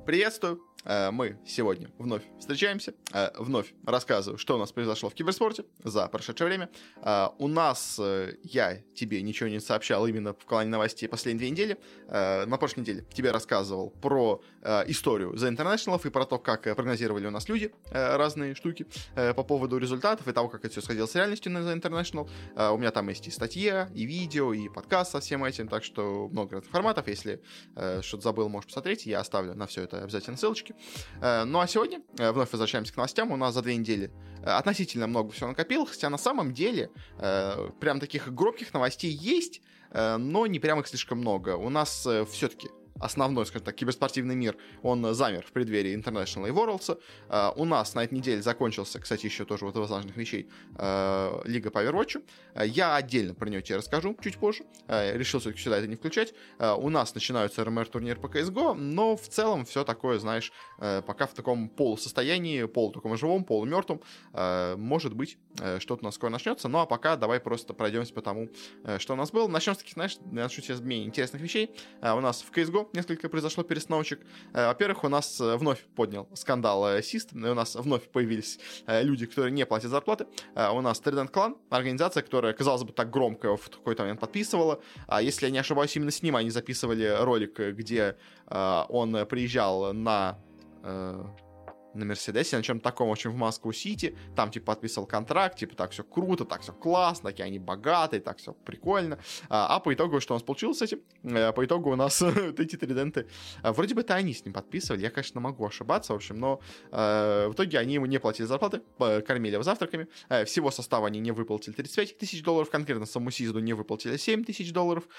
Приветствую! Мы сегодня вновь встречаемся, вновь рассказываю, что у нас произошло в киберспорте за прошедшее время. У нас, я тебе ничего не сообщал именно в плане новостей последние 2 недели. На прошлой неделе тебе рассказывал про историю The International и про то, как прогнозировали у нас люди разные штуки по поводу результатов и того, как это все сходилось с реальностью на The International. У меня там есть и статья, и видео, и подкаст со всем этим, так что много разных форматов. Если что-то забыл, можешь посмотреть, я оставлю на все это обязательно ссылочки. Ну а сегодня вновь возвращаемся к новостям. У нас за 2 недели относительно много всего накопилось, хотя на самом деле прям таких громких новостей есть, но не прям их слишком много. У нас все-таки основной, скажем так, киберспортивный мир, он замер в преддверии International и Worlds. У нас на этой неделе закончился, кстати, еще тоже вот из важных вещей, Лига по Overwatch. Я отдельно про нее тебе расскажу чуть позже. Решил все-таки сюда это не включать. У нас начинаются РМР-турнир по CSGO, но в целом все такое, знаешь, пока в таком полусостоянии, таком живом, полумертвом. Может быть, что-то у нас скоро начнется. Ну а пока давай просто пройдемся по тому, что у нас было. Начнем с таких, знаешь, начну сейчас с менее интересных вещей. У нас в CSGO несколько произошло перестановочек. Во-первых, у нас вновь поднял скандал Сист, и у нас вновь появились люди, которые не платят зарплаты. У нас Trident Clan, организация, которая, казалось бы, так громко в какой-то момент подписывала. Если я не ошибаюсь, именно с ним они записывали ролик, где он приезжал на Мерседесе, на чем-то таком, в общем, в Москву-Сити, там, типа, подписывал контракт, типа, так все круто, так все классно, такие они богатые, так все прикольно. А по итогу, что у нас получилось с этим? По итогу у нас вот эти триденты, вроде бы это они с ним подписывали, я, конечно, могу ошибаться, в общем, но в итоге они ему не платили зарплаты, кормили его завтраками, всего состава они не выплатили $35 тысяч, конкретно самому Сизду не выплатили $7 тысяч,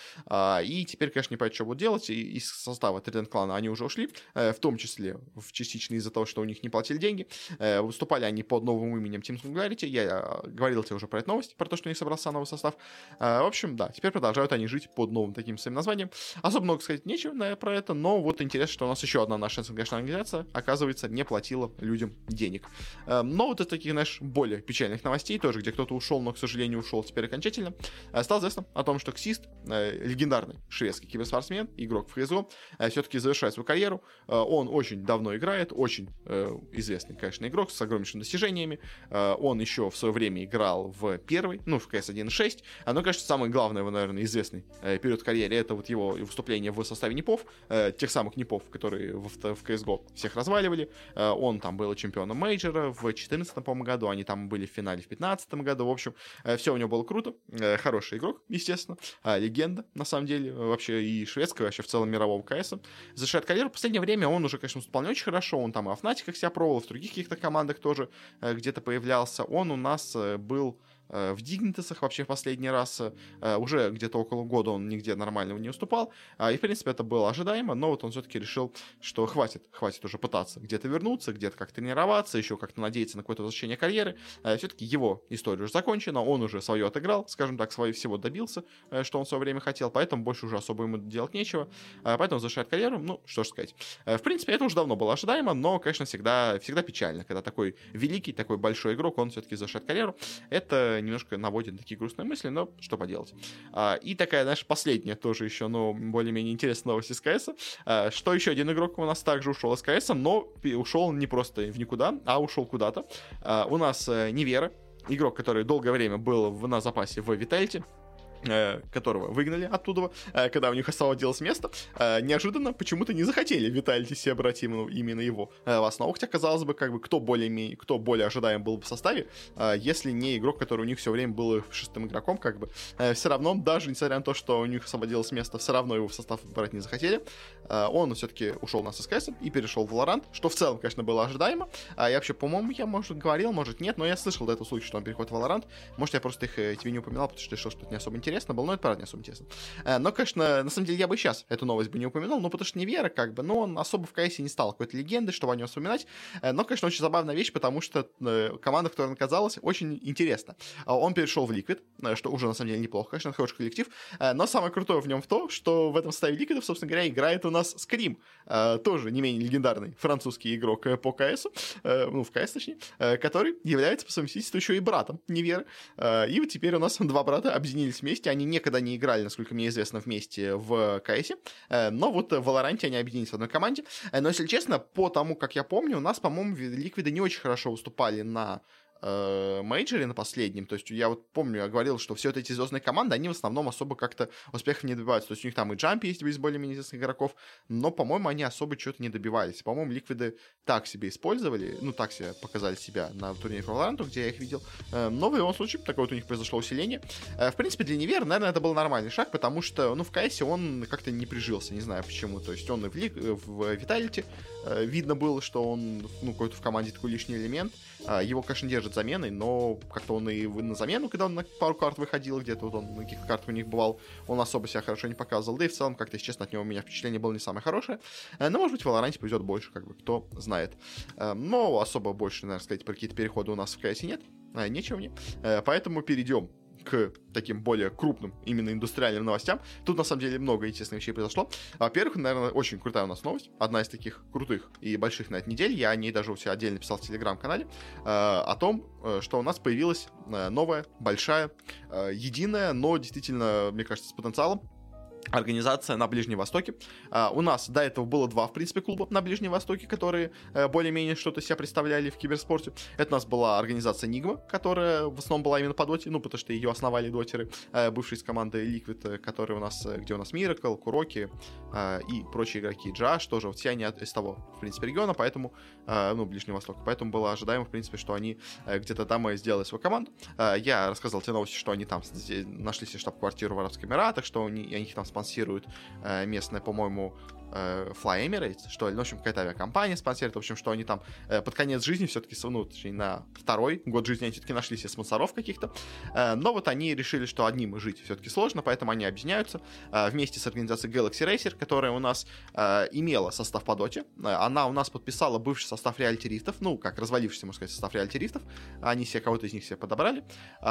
и теперь, конечно, не понятно, что будут делать, и из состава Trident клана они уже ушли, в том числе, частично из-за того, что у них не платили деньги. Выступали они под новым именем Team Singularity. Я говорил тебе уже про эту новость, про то, что у них собрался новый состав. В общем, да, теперь продолжают они жить под новым таким своим названием. Особо много сказать нечего про это, но вот интересно, что у нас еще одна наша СНГшная организация, оказывается, не платила людям денег. Но вот из таких, знаешь, более печальных новостей, тоже, где кто-то ушел, но, к сожалению, ушел теперь окончательно, стало известно о том, что Ксист, легендарный шведский киберспортсмен, игрок в CSGO, все-таки завершает свою карьеру. Он очень давно играет, очень известный, конечно, игрок с огромнейшими достижениями. Он еще в свое время играл в первый, в CS 1.6. Но, конечно, самый главный его, наверное, известный период в карьере — это вот его выступление в составе НИПов, тех самых НИПов, которые в CSGO всех разваливали. Он там был чемпионом мейджора в 2014, по-моему, году, они там были в финале в 2015 году. В общем, все у него было круто. Хороший игрок, естественно. Легенда, на самом деле, вообще и шведского, вообще в целом мирового CS. Завершает карьеру. В последнее время он уже, конечно, выступал не очень хорошо. Он там и в Фнатиках себя пробовал, в других каких-то командах тоже где-то появлялся. Он у нас был в Дигнитасах вообще в последний раз. Уже где-то около года он нигде нормального не уступал. И, в принципе, это было ожидаемо, но вот он все-таки решил, что хватит уже пытаться где-то вернуться, где-то как-то тренироваться, еще как-то надеяться на какое-то возвращение карьеры. Все-таки его история уже закончена, он уже свое отыграл, скажем так, свое всего добился, что он в свое время хотел, поэтому больше уже особо ему делать нечего. Поэтому завершает карьеру, что ж сказать. В принципе, это уже давно было ожидаемо, но, конечно, всегда печально, когда такой великий, такой большой игрок, он все-таки завершает карьеру. Это немножко наводит на такие грустные мысли, но что поделать. И такая, знаешь, последняя тоже еще, более-менее интересная новость из КС, что еще один игрок у нас также ушел из КС, но ушел не просто в никуда, а ушел куда-то. У нас Невера, игрок, который долгое время был на запасе в Vitality, которого выгнали оттуда, когда у них освободилось место, неожиданно почему-то не захотели Vitality себе брать именно его в основу, хотя, казалось бы, кто более ожидаем был в составе, если не игрок, который у них все время был шестым игроком, все равно, даже несмотря на то, что у них освободилось место, все равно его в состав брать не захотели. Он все-таки ушел на СКС и перешел в Valorant, что в целом, конечно, было ожидаемо. Я вообще, по-моему, я, может, говорил, может, нет, но я слышал до этого случая, что он переходит в Valorant. Может, я просто их тебе не упоминал, потому что решил, что это не особо интересно было, но это правда не особо интересно. Но, конечно, на самом деле я бы сейчас эту новость бы не упомянул, потому что Невера, но он особо в КСе не стал какой-то легендой, чтобы о нем вспоминать. Но, конечно, очень забавная вещь, потому что команда, в которой он оказалась, очень интересна. Он перешел в Liquid, что уже, на самом деле, неплохо, конечно, хороший коллектив. Но самое крутое в нем в том, что в этом составе Liquid, собственно говоря, играет у нас Scream, тоже не менее легендарный французский игрок по КСу, в КС, точнее, который является по совместительству еще и братом Неверы. И вот теперь у нас два брата объединились вместе вместе. Они никогда не играли, насколько мне известно, вместе в CS. Но вот в Valorant они объединились в одной команде. Но, если честно, по тому, как я помню, у нас, по-моему, Ликвиды не очень хорошо выступали на мейджоре на последнем. То есть я вот помню, я говорил, что все вот эти звездные команды, они в основном особо как-то успехов не добиваются. То есть у них там и Джамп есть из более-менее известных игроков, но, по-моему, они особо чего-то не добивались. По-моему, Ликвиды так себе использовали, ну, так себе показали себя на турнире по Valorant, где я их видел. Но в любом случае, такое вот у них произошло усиление. В принципе, для Невера, наверное, это был нормальный шаг, потому что, ну, в КС он как-то не прижился, не знаю почему. То есть он и в Vitality видно было, что он, ну, какой-то в команде такой лишний элемент. Его, конечно, держит заменой, но как-то он и на замену, когда он на пару карт выходил, где-то вот он на каких-то картах у них бывал, он особо себя хорошо не показывал. Да и в целом, как-то, если честно, от него у меня впечатление было не самое хорошее. Но, может быть, в Valorant повезет больше, как бы, кто знает. Но особо больше, наверное, сказать, про какие-то переходы у нас в CS нет. Нечего мне. Поэтому перейдем к таким более крупным именно индустриальным новостям. Тут, на самом деле, много интересных вещей произошло. Во-первых, наверное, очень крутая у нас новость. Одна из таких крутых и больших на этой неделе. Я о ней даже у себя отдельно писал в Телеграм-канале. О том, что у нас появилась новая, большая, единая, но действительно, мне кажется, с потенциалом организация на Ближнем Востоке. У нас до этого было 2, в принципе, клуба на Ближнем Востоке, которые более-менее что-то себя представляли в киберспорте. Это у нас была организация Nigma, которая в основном была именно по доте, ну, потому что ее основали дотеры, бывшие из команды Liquid, которые у нас, где у нас Miracle, Kuroki и прочие игроки, Josh тоже, вот все они из того, в принципе, региона, поэтому, ну, Ближнего Востока, поэтому было ожидаемо, в принципе, что они где-то там и сделали свою команду. Я рассказал те новости, что они там нашли себе штаб-квартиру в Арабских Эмиратах, что они их там спонсирует местная, по-моему, Fly Emirates, что ли, ну, в общем, какая-то авиакомпания спонсирует, в общем, что они там под конец жизни все-таки, ну, точнее, на второй год жизни они все-таки нашли себе спонсоров каких-то, но вот они решили, что одним жить все-таки сложно, поэтому они объединяются вместе с организацией Galaxy Racer, которая у нас имела состав по доте, она у нас подписала бывший состав Reality Rift'ов, ну, как развалившийся, можно сказать, состав Reality Rift'ов, они себе кого-то из них себе подобрали,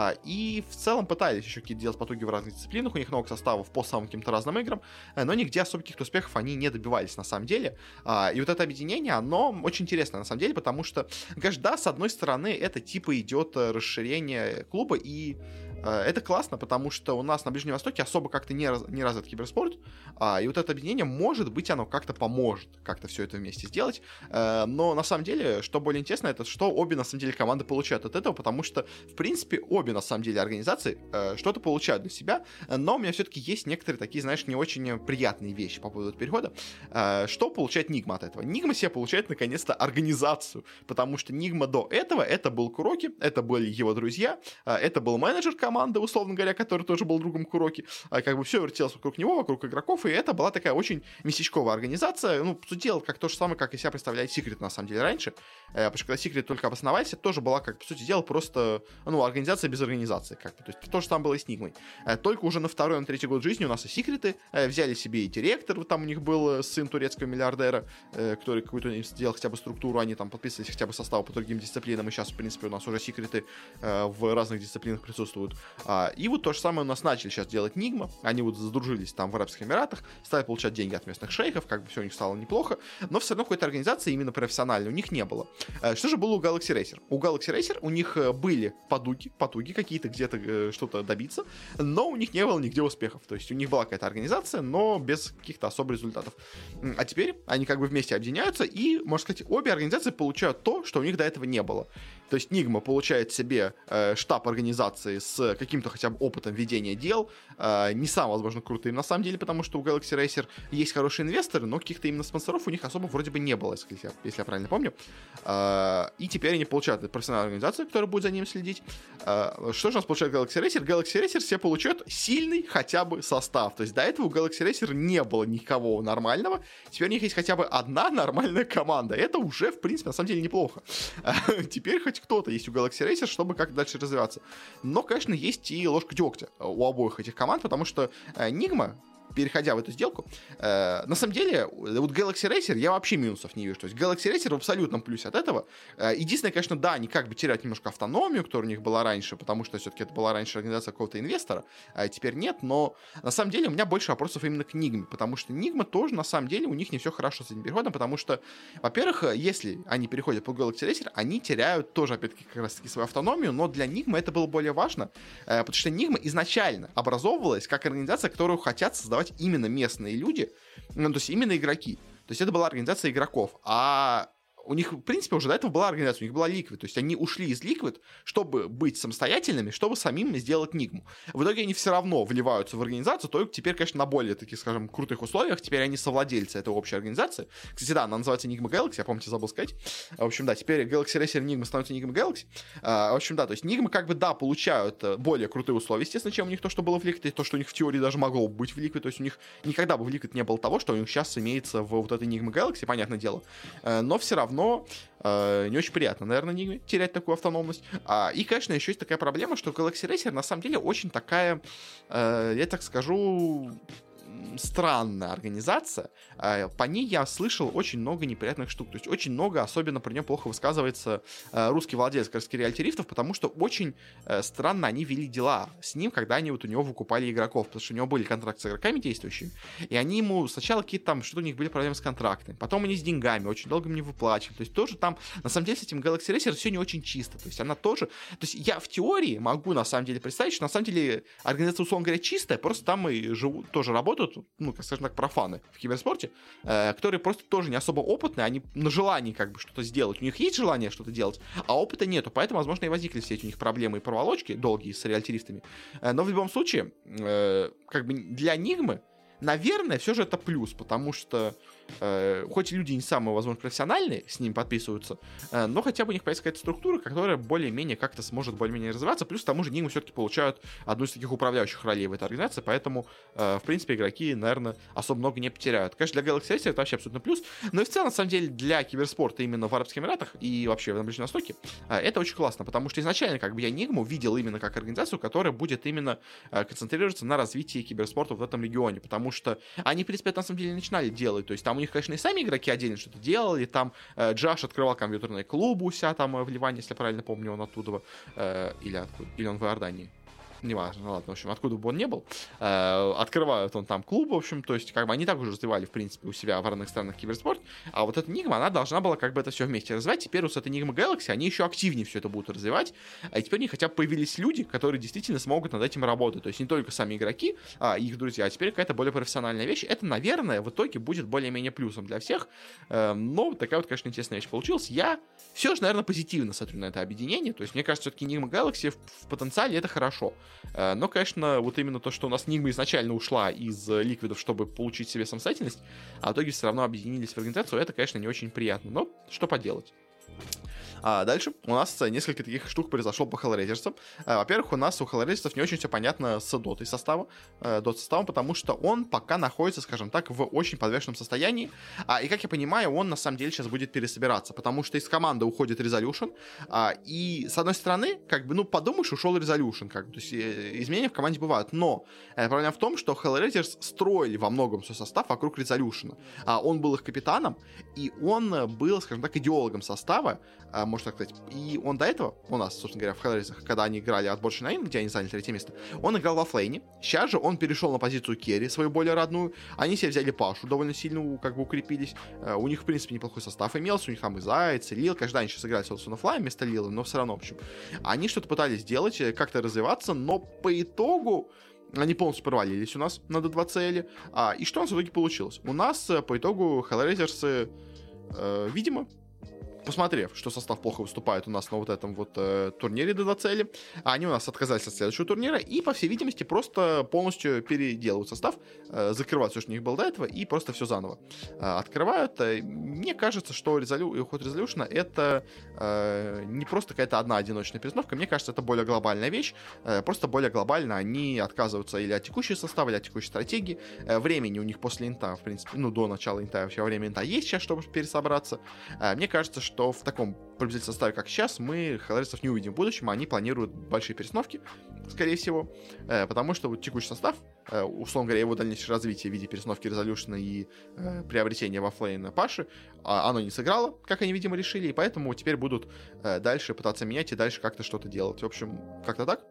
и в целом пытались еще какие-то делать потуги в разных дисциплинах, у них много составов по самым каким-то разным играм, но нигде особо каких-то успехов они не добивались на самом деле. И вот это объединение, оно очень интересно на самом деле, потому что, конечно, да, с одной стороны, это типа идет расширение клуба, и это классно, потому что у нас на Ближнем Востоке особо как-то не развит киберспорт, и вот это объединение, может быть, оно как-то поможет как-то все это вместе сделать, но на самом деле, что более интересно, это что обе, на самом деле, команды получают от этого, потому что, в принципе, обе, на самом деле, организации что-то получают для себя, но у меня все-таки есть некоторые такие, знаешь, не очень приятные вещи по поводу перехода. Что получает Nigma от этого? Nigma себе получает, наконец-то, организацию, потому что Nigma до этого, это был Kuroki, это были его друзья, это был менеджер команды, условно говоря, который тоже был другом Kuroki, как бы все вертелось вокруг него, вокруг игроков, и это была такая очень местечковая организация, ну, по сути дела, как то же самое, как и себя представляет Secret, на самом деле, раньше, потому что когда Secret только обосновались, это тоже была, как, по сути дела, просто, ну, организация без организации, как-то, то есть то же самое было и с Nigma. Только уже на второй, на третий год жизни у нас и Секреты взяли себе и директор, вот там у них был сын турецкого миллиардера, который какую-то сделал хотя бы структуру, они там подписывались хотя бы составу по другим дисциплинам, и сейчас, в принципе, у нас уже Секреты в разных дисциплинах присутствуют. И вот то же самое у нас начали сейчас делать Nigma, они вот задружились там в Арабских Эмиратах, стали получать деньги от местных шейхов, как бы все у них стало неплохо, но все равно какой-то организации именно профессиональной у них не было. Что же было у Galaxy Racer? У Galaxy Racer у них были потуги какие-то где-то что-то добиться, но у них не было нигде успехов, то есть у них была какая-то организация, но без каких-то особых результатов. А теперь они как бы вместе объединяются, и, можно сказать, обе организации получают то, что у них до этого не было. То есть Nigma получает себе штаб организации с каким-то хотя бы опытом ведения дел, не сам, возможно, крутым на самом деле, потому что у Galaxy Racer есть хорошие инвесторы, но каких-то именно спонсоров у них особо вроде бы не было, если я правильно помню. И теперь они получают профессиональную организацию, которая будет за ним следить. Что же у нас получает Galaxy Racer? Galaxy Racer себе получает сильный хотя бы состав. То есть до этого у Galaxy Racer не было никого нормального. Теперь у них есть хотя бы одна нормальная команда. Это уже, в принципе, на самом деле неплохо. Теперь хоть кто-то есть у Galaxy Racer, чтобы как-то дальше развиваться. Но, конечно, есть и ложка дегтя у обоих этих команд, потому что Nigma переходя в эту сделку, на самом деле, вот Galaxy Racer я вообще минусов не вижу. То есть Galaxy Racer в абсолютном плюсе от этого. Единственное, конечно, да, они как бы теряют немножко автономию, которая у них была раньше, потому что все-таки это была раньше организация какого-то инвестора, а теперь нет, но на самом деле у меня больше вопросов именно к Nigma, потому что Nigma тоже, на самом деле, у них не все хорошо с этим переходом, потому что, во-первых, если они переходят по Galaxy Racer, они теряют тоже, опять-таки, как раз-таки свою автономию, но для Nigma это было более важно, потому что Nigma изначально образовывалась как организация, которую хотят создавать именно местные люди, ну, то есть именно игроки. То есть это была организация игроков, а у них, в принципе, уже до этого была организация, у них была Liquid, то есть они ушли из Liquid, чтобы быть самостоятельными, чтобы самим сделать Нигму. В итоге они все равно вливаются в организацию, только теперь, конечно, на более таких, скажем, крутых условиях, теперь они совладельцы этой общей организации. Кстати, да, она называется Nigma Galaxy, я, помните, забыл сказать. В общем, да, теперь Galaxy Racer Nigma становится Nigma Galaxy. В общем, да, то есть Nigma как бы, да, получают более крутые условия, естественно, чем у них то, что было в Liquid, и то, что у них в теории даже могло быть в Liquid, то есть у них никогда бы в Liquid не было того, что у них сейчас имеется в вот этой Nigma Galaxy, понятное дело. Но все равно не очень приятно, наверное, Nigma терять такую автономность. И, конечно, еще есть такая проблема, что Galaxy Racer на самом деле очень такая, я так скажу, странная организация. По ней я слышал очень много неприятных штук. То есть очень много, особенно про нее плохо высказывается русский владелец как раз Reality Rift, потому что очень странно они вели дела с ним, когда они вот у него выкупали игроков, потому что у него были контракты с игроками действующими, и они ему сначала какие-то там, что у них были проблемы с контрактами, потом они с деньгами, очень долго мне выплачивали. То есть тоже там, на самом деле, с этим Galaxy Racer все не очень чисто. То есть она тоже... То есть я в теории могу, на самом деле, представить, что на самом деле организация, условно говоря, чистая, просто там и живут, тоже работают, ну, скажем так, профаны в киберспорте, которые просто тоже не особо опытные, они на желании как бы что-то сделать. У них есть желание что-то делать, а опыта нету, поэтому, возможно, и возникли все эти у них проблемы и проволочки долгие с реальтиристами. Но в любом случае, как бы для Нигмы, наверное, все же это плюс, потому что хоть люди не самые, возможно, профессиональные с ними подписываются, но хотя бы у них появится какая-то структура, которая более-менее как-то сможет более-менее развиваться, плюс к тому же Nigma все-таки получают одну из таких управляющих ролей в этой организации, поэтому, в принципе, игроки, наверное, особо много не потеряют. Конечно, для Galaxy Racer это вообще абсолютно плюс, но и в целом, на самом деле, для киберспорта именно в Арабских Эмиратах и вообще в Ближнем Востоке это очень классно, потому что изначально как бы я Nigma видел именно как организацию, которая будет именно концентрироваться на развитии киберспорта в этом регионе, потому что они, в принципе, это на самом деле начинали делать, то есть там у них, конечно, и сами игроки отдельно что-то делали, там Джаш открывал компьютерные клубы у себя там в Ливане, если я правильно помню, он оттуда, или откуда, или он в Иордании. Неважно, ладно, в общем, откуда бы он не был, открывают он там клуб, в общем, то есть, как бы, они так уже развивали, в принципе, у себя в разных странах киберспорт, а вот эта Nigma, она должна была, как бы, это все вместе развивать, теперь вот с этой Nigma Galaxy они еще активнее все это будут развивать, и теперь у них хотя бы появились люди, которые действительно смогут над этим работать, то есть, не только сами игроки, и их друзья, а теперь какая-то более профессиональная вещь, это, наверное, в итоге будет более-менее плюсом для всех, но такая вот, конечно, интересная вещь получилась. Я все же, наверное, позитивно смотрю на это объединение, то есть, мне кажется, все-таки Nigma Galaxy в потенциале это хорошо. Но, конечно, вот именно то, что у нас Nigma изначально ушла из ликвидов, чтобы получить себе самостоятельность, а в итоге все равно объединились в организацию, это, конечно, не очень приятно. Но что поделать. Дальше у нас несколько таких штук произошло по Hellraiser. Во-первых, у нас у Hellraiser не очень все понятно с дотой составом, потому что он пока находится, скажем так, в очень подвешенном состоянии. И, как я понимаю, он на самом деле сейчас будет пересобираться, потому что из команды уходит Resolution. И, с одной стороны, как бы, ну, подумаешь, ушел Resolution, как бы, то есть изменения в команде бывают. Но проблема в том, что Hellraiser строили во многом свой состав вокруг Resolution. Он был их капитаном, и он был, скажем так, идеологом состава, можно так сказать. И он до этого, у нас, собственно говоря, в Hellraiser, когда они играли отборочный наин, где они заняли 3 место, он играл во флейне. Сейчас же он перешел на позицию керри, свою более родную. Они себе взяли Пашу, довольно сильно как бы укрепились. У них, в принципе, неплохой состав имелся. У них там и Заяц, и Лил. Каждый день сейчас играли Солсона Флай вместо Лила, но все равно, в общем. Они что-то пытались делать, как-то развиваться, но по итогу они полностью провалились у нас на D2 цели. И что у нас в итоге получилось? У нас по итогу Hellraisers, видимо, посмотрев, что состав плохо выступает у нас на вот этом вот турнире D2CL, они у нас отказались от следующего турнира и, по всей видимости, просто полностью переделывают состав, закрывают все, что у них было до этого, и просто все заново открывают. Мне кажется, что уход Resolution это не просто какая-то одна одиночная перестановка, мне кажется, это более глобальная вещь, просто более глобально они отказываются или от текущего состава, или от текущей стратегии. Времени у них после инта, в принципе, ну, до начала инта, вообще время инта есть сейчас, чтобы пересобраться. Мне кажется, что что в таком приблизительном составе, как сейчас, мы Hellraisers не увидим в будущем. Они планируют большие перестановки, скорее всего, потому что вот текущий состав, условно говоря, его дальнейшее развитие в виде перестановки Resolution и приобретения во флейна Паши, оно не сыграло, как они, видимо, решили, и поэтому теперь будут дальше пытаться менять и дальше как-то что-то делать. В общем, как-то так.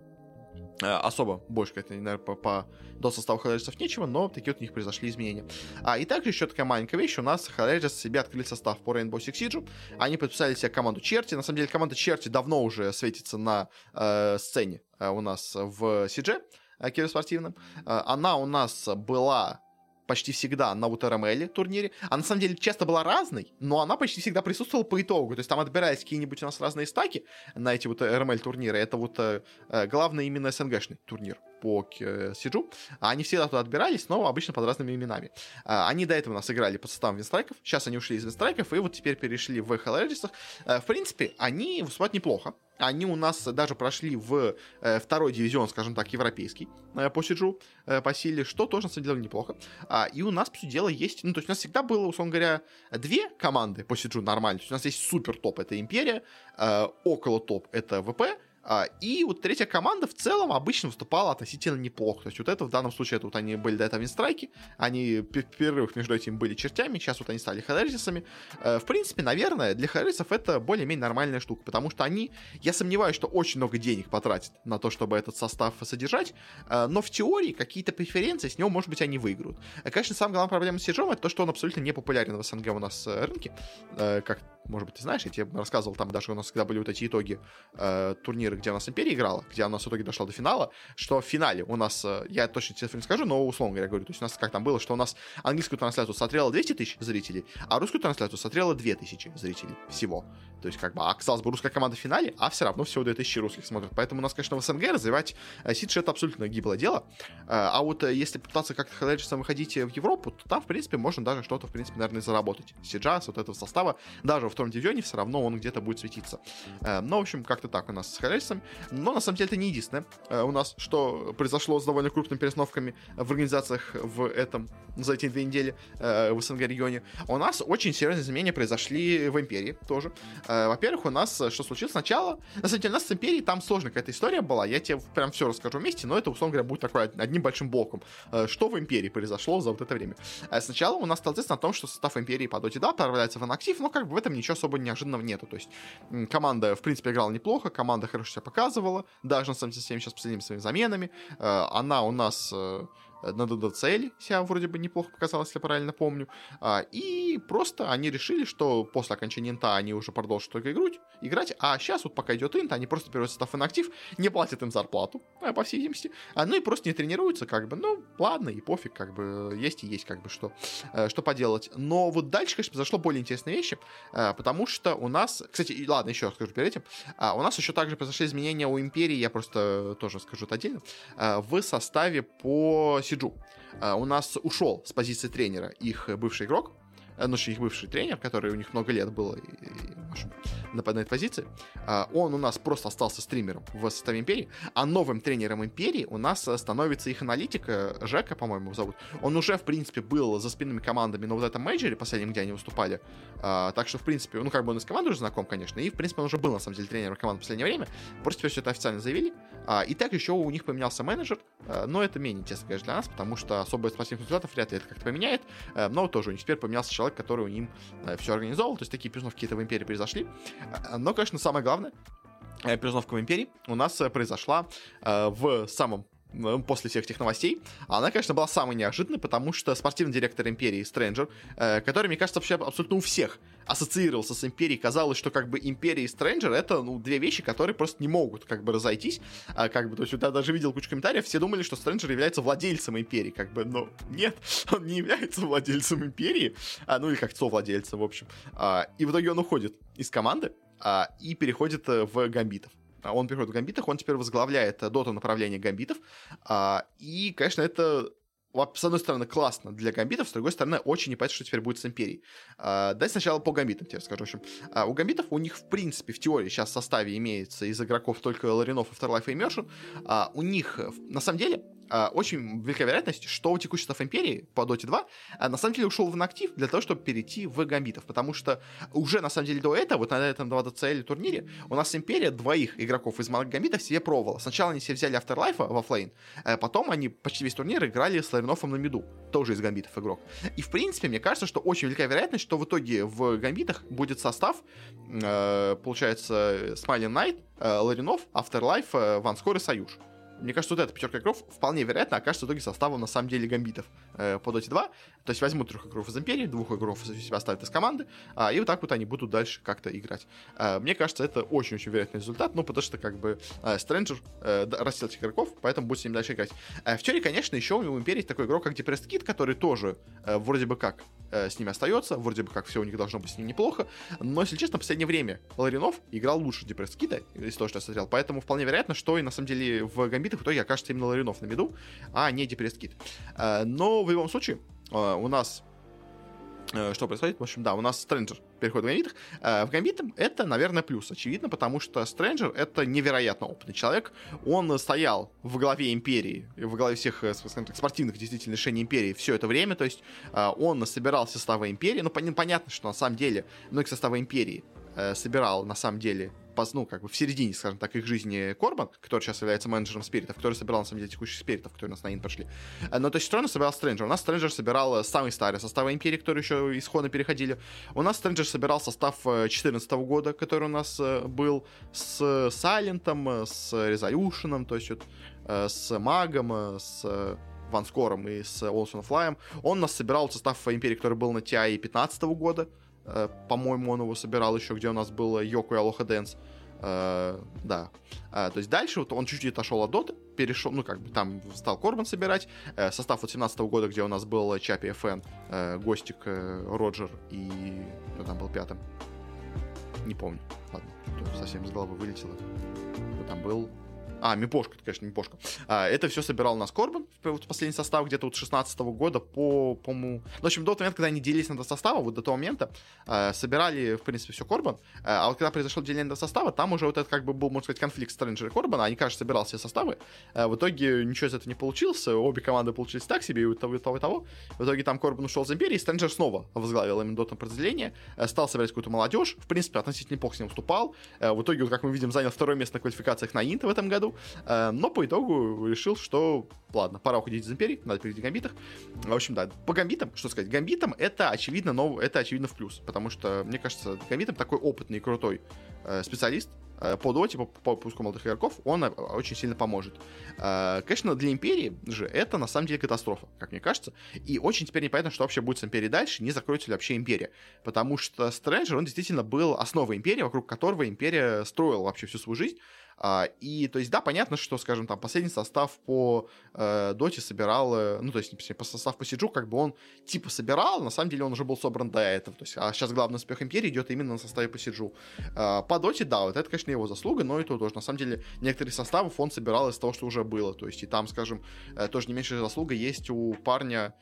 Особо больше, наверное, до состава Hellraisers нечего, но такие вот у них произошли изменения. И также еще такая маленькая вещь. У нас Hellraisers себе открыли состав по Rainbow Six Siege. Они подписали себе команду Черти. На самом деле, команда Черти давно уже светится на сцене у нас в Сидже киберспортивном. Она у нас была почти всегда на вот РМЛ турнире. Она, на самом деле, часто была разной, но она почти всегда присутствовала по итогу. То есть там отбирались какие-нибудь у нас разные стаки на эти вот РМЛ турниры. Это вот главный именно СНГшный турнир по Сиджу. Они всегда туда отбирались, но обычно под разными именами. Они до этого у нас играли под составом Винстрайков. Сейчас они ушли из Винстрайков и вот теперь перешли в Hellraisers. В принципе, они выступают неплохо. Они у нас даже прошли в второй дивизион, скажем так, европейский по Сиджу, по силе, что тоже, на самом деле, неплохо. И у нас, по сути дела, есть... Ну, то есть у нас всегда было, условно говоря, две команды по Сиджу нормально. То есть у нас есть супер топ, это Империя, около топ, это ВП, и вот третья команда в целом обычно выступала относительно неплохо. То есть вот это в данном случае, это вот они были до этого Винстрайки, они в перерывах между этими были чертями, сейчас вот они стали Hellraisers. В принципе, наверное, для Hellraisers это более-менее нормальная штука, потому что они, я сомневаюсь, что очень много денег потратят на то, чтобы этот состав содержать, но в теории какие-то преференции с него, может быть, они выиграют. Конечно, самая главная проблема с Сиджом это то, что он абсолютно не популярен в СНГ у нас рынке. Как, может быть, ты знаешь, я тебе рассказывал, там даже у нас когда были вот эти итоги турнира, где у нас Империя играла, где у нас в итоге дошла до финала, что в финале у нас, я точно цифры не скажу, но условно говоря, то есть у нас как там было, что у нас английскую трансляцию смотрело 200 тысяч зрителей, а русскую трансляцию смотрело 2000 зрителей всего. То есть как бы, казалось бы, русская команда в финале, а все равно всего 2000 русских смотрят. Поэтому у нас, конечно, в СНГ развивать Сидж это абсолютно гиблое дело. А вот если пытаться как-то Hellraisers выходить в Европу, то там, в принципе, можно даже что-то, в принципе, наверное, заработать. Сиджа с вот этого состава, даже во втором дивизионе все равно он где-то будет светиться. Ну, в общем, как-то так у нас с Hellraisers. Но, на самом деле, это не единственное у нас, что произошло с довольно крупными перестановками в организациях за эти 2 недели в СНГ-регионе. У нас очень серьезные изменения произошли в Империи тоже. Во-первых, у нас что случилось сначала? На самом деле, у нас с Империей там сложная какая-то история была. Я тебе прям все расскажу вместе, но это, условно говоря, будет такой одним большим блоком. Что в Империи произошло за вот это время? Сначала у нас стало известно о том, что состав Империи по Dota 2 отправляется в инактив, но как бы в этом ничего особо неожиданного нету. То есть команда, в принципе, играла неплохо, команда хорошо себя показывала, даже на самом деле, сейчас последними своими заменами. Она у нас на ДДЦЛ себя вроде бы неплохо показалось, если я правильно помню. И просто они решили, что после окончания инта они уже продолжат только играть, а сейчас вот пока идет инт, они просто берут состав инактив, не платят им зарплату, по всей видимости, ну и просто не тренируются, как бы, ну, ладно, и пофиг, как бы, есть и есть, как бы, что поделать. Но вот дальше, конечно, произошло более интересные вещи, потому что у нас, кстати, ладно, еще расскажу перед этим, у нас еще также произошли изменения у Империи, я просто тоже скажу это отдельно, в составе по Сиджу. У нас ушел с позиции тренера их бывший игрок, их бывший тренер, который у них много лет был на этой позиции, он у нас просто остался стримером в составе Империи, а новым тренером Империи у нас становится их аналитик, Жека, по-моему, его зовут. Он уже, в принципе, был за спинными командами на вот этом мейджоре последнем, где они выступали, так что, в принципе, ну, как бы он и с командой уже знаком, конечно, и, в принципе, он уже был, на самом деле, тренером команды в последнее время, просто теперь все это официально заявили, и так еще у них поменялся менеджер, но это менее интересно, конечно, для нас, потому что особо спортивных результатов вряд ли это как-то поменяет, но тоже у них теперь поменялся человек, который у них все организовал, то есть такие перестановки какие-то в Империи произошли. Но, конечно, самое главное, перестановка в Империи у нас произошла в самом после всех этих новостей. Она, конечно, была самой неожиданной, потому что спортивный директор Империи Стрэнджер, который, мне кажется, вообще абсолютно у всех ассоциировался с Империей, казалось, что как бы Империя и Стрэнджер это, ну, две вещи, которые просто не могут как бы разойтись, как бы, то есть я даже видел кучу комментариев, все думали, что Стрэнджер является владельцем Империи, как бы, но нет, он не является владельцем Империи, ну или как совладельцем, в общем, и в итоге он уходит из команды и переходит в Гамбитов. Он переходит в Гамбитах, он теперь возглавляет дота направление Гамбитов. И, конечно, это, с одной стороны, классно для Гамбитов, с другой стороны, очень непонятно, что теперь будет с Империей. Давай сначала по Гамбитам тебе расскажу. В общем, у Гамбитов, у них, в принципе, в теории сейчас в составе имеется из игроков только Ларинов, Afterlife и Immersion. У них, на самом деле, очень велика вероятность, что текущий состав Империи по Dota 2 на самом деле ушел в инактив для того, чтобы перейти в гамбитов, потому что уже на самом деле до этого, вот на этом 2DCL турнире, у нас Империя двоих игроков из гамбитов себе пробовала. Сначала они себе взяли Afterlife в оффлейн, потом они почти весь турнир играли с Ларинофом на миду, тоже из гамбитов игрок. И в принципе, мне кажется, что очень велика вероятность, что в итоге в гамбитах будет состав, получается, Smiling Knight, Ларинов, Afterlife, Ванскор и Союз. Мне кажется, вот эта пятерка игроков вполне вероятно окажется в итоге составом на самом деле гамбитов по Dota 2. То есть возьмут 3 игроков из Империи, 2 игроков из себя оставят из команды, и вот так вот они будут дальше как-то играть. Мне кажется, это очень-очень вероятный результат, ну, потому что как бы Стрэнджер растил этих игроков, поэтому будет с ним дальше играть. В теории, конечно, еще у Империи есть такой игрок, как Depressed Kid, который тоже вроде бы как с ними остается, вроде бы как все у них должно быть с ним неплохо, но, если честно, в последнее время Ларинов играл лучше Depressed Kid, из того, что я смотрел, поэтому вполне вероятно, что и на самом деле в гамбитах в итоге окажется именно Ларинов на миду, а не Depressed Kid. Но в любом случае у нас что происходит? В общем, да, у нас Стрэнджер переходит в гамбитах. В гамбитах это, наверное, плюс, очевидно, потому что Стрэнджер — это невероятно опытный человек. Он стоял в главе Империи, в главе всех, скажем так, спортивных действительно решений Империи все это время, то есть он собирал составы Империи, ну, понятно, что на самом деле многие составы Империи собирал, на самом деле, ну, как бы в середине, скажем так, их жизни Корбан, который сейчас является менеджером спиритов, который собирал, на самом деле, текущих спиритов, которые у нас на Ин пошли. Но то есть все равно собирал Стрэнджер. У нас Стрэнджер собирал самый старый состав Империи, которые еще из Хона переходили. У нас Стрэнджер собирал состав 2014 года, который у нас был с Сайлентом, с Резолюшеном, то есть вот, с Магом, с Ванскором и с Олсоном Флаем. Он у нас собирал состав Империи, который был на TI 15 года. По-моему, он его собирал еще, где у нас был Йоко и Алоха Дэнс. Да. То есть дальше вот он чуть-чуть отошел от Доты, перешел, ну, как бы там стал Корбан собирать. Состав от 17 года, где у нас был Чапи ФН, Гостик, Роджер и... Кто там был пятым? Не помню. Ладно, совсем из головы вылетело. Кто там был? Мипошка, это, конечно, Мипошка. Это все собирал у нас Корбан, вот последний состав, где-то вот 16 года по-моему... В общем, до того момента, когда они делились на два состава, вот до того момента собирали, в принципе, все Корбан. А вот когда произошло деление на состава, там уже вот это как бы был, можно сказать, конфликт Стрэнджера и Корбана. Они, кажется, собирали все составы. В итоге ничего из этого не получилось. Обе команды получились так себе, и у того, и того, и того. В итоге там Корбан ушел из Империи, и Стрэнджер снова возглавил именно дотное подразделение, стал собирать какую-то молодежь. В принципе, относительно неплохо с ним выступал. В итоге, вот, как мы видим, занял второе место на квалификациях на Инта в этом году. Но по итогу решил, что ладно, пора уходить из Империи, надо перейти к гамбитах. В общем, да, по гамбитам, что сказать, гамбитам это очевидно, это очевидно в плюс, потому что, мне кажется, гамбитам такой опытный и крутой специалист по доте, по пуску молодых игроков, он очень сильно поможет. Конечно, для Империи же это на самом деле катастрофа, как мне кажется, и очень теперь непонятно, что вообще будет с Империей дальше, не закроется ли вообще Империя, потому что Стрэнджер, он действительно был основой Империи, вокруг которого Империя строила вообще всю свою жизнь. И, то есть, да, понятно, что, скажем, там, последний состав по доте собирал, ну, то есть, по состав по Сиджу, как бы он типа собирал, на самом деле он уже был собран до этого, то есть, а сейчас главный успех Империи идет именно на составе по Сиджу. По доте, да, вот это, конечно, его заслуга, но и то тоже, на самом деле, некоторые составы он собирал из того, что уже было, то есть, и там, скажем, тоже не меньшая заслуга есть у парня...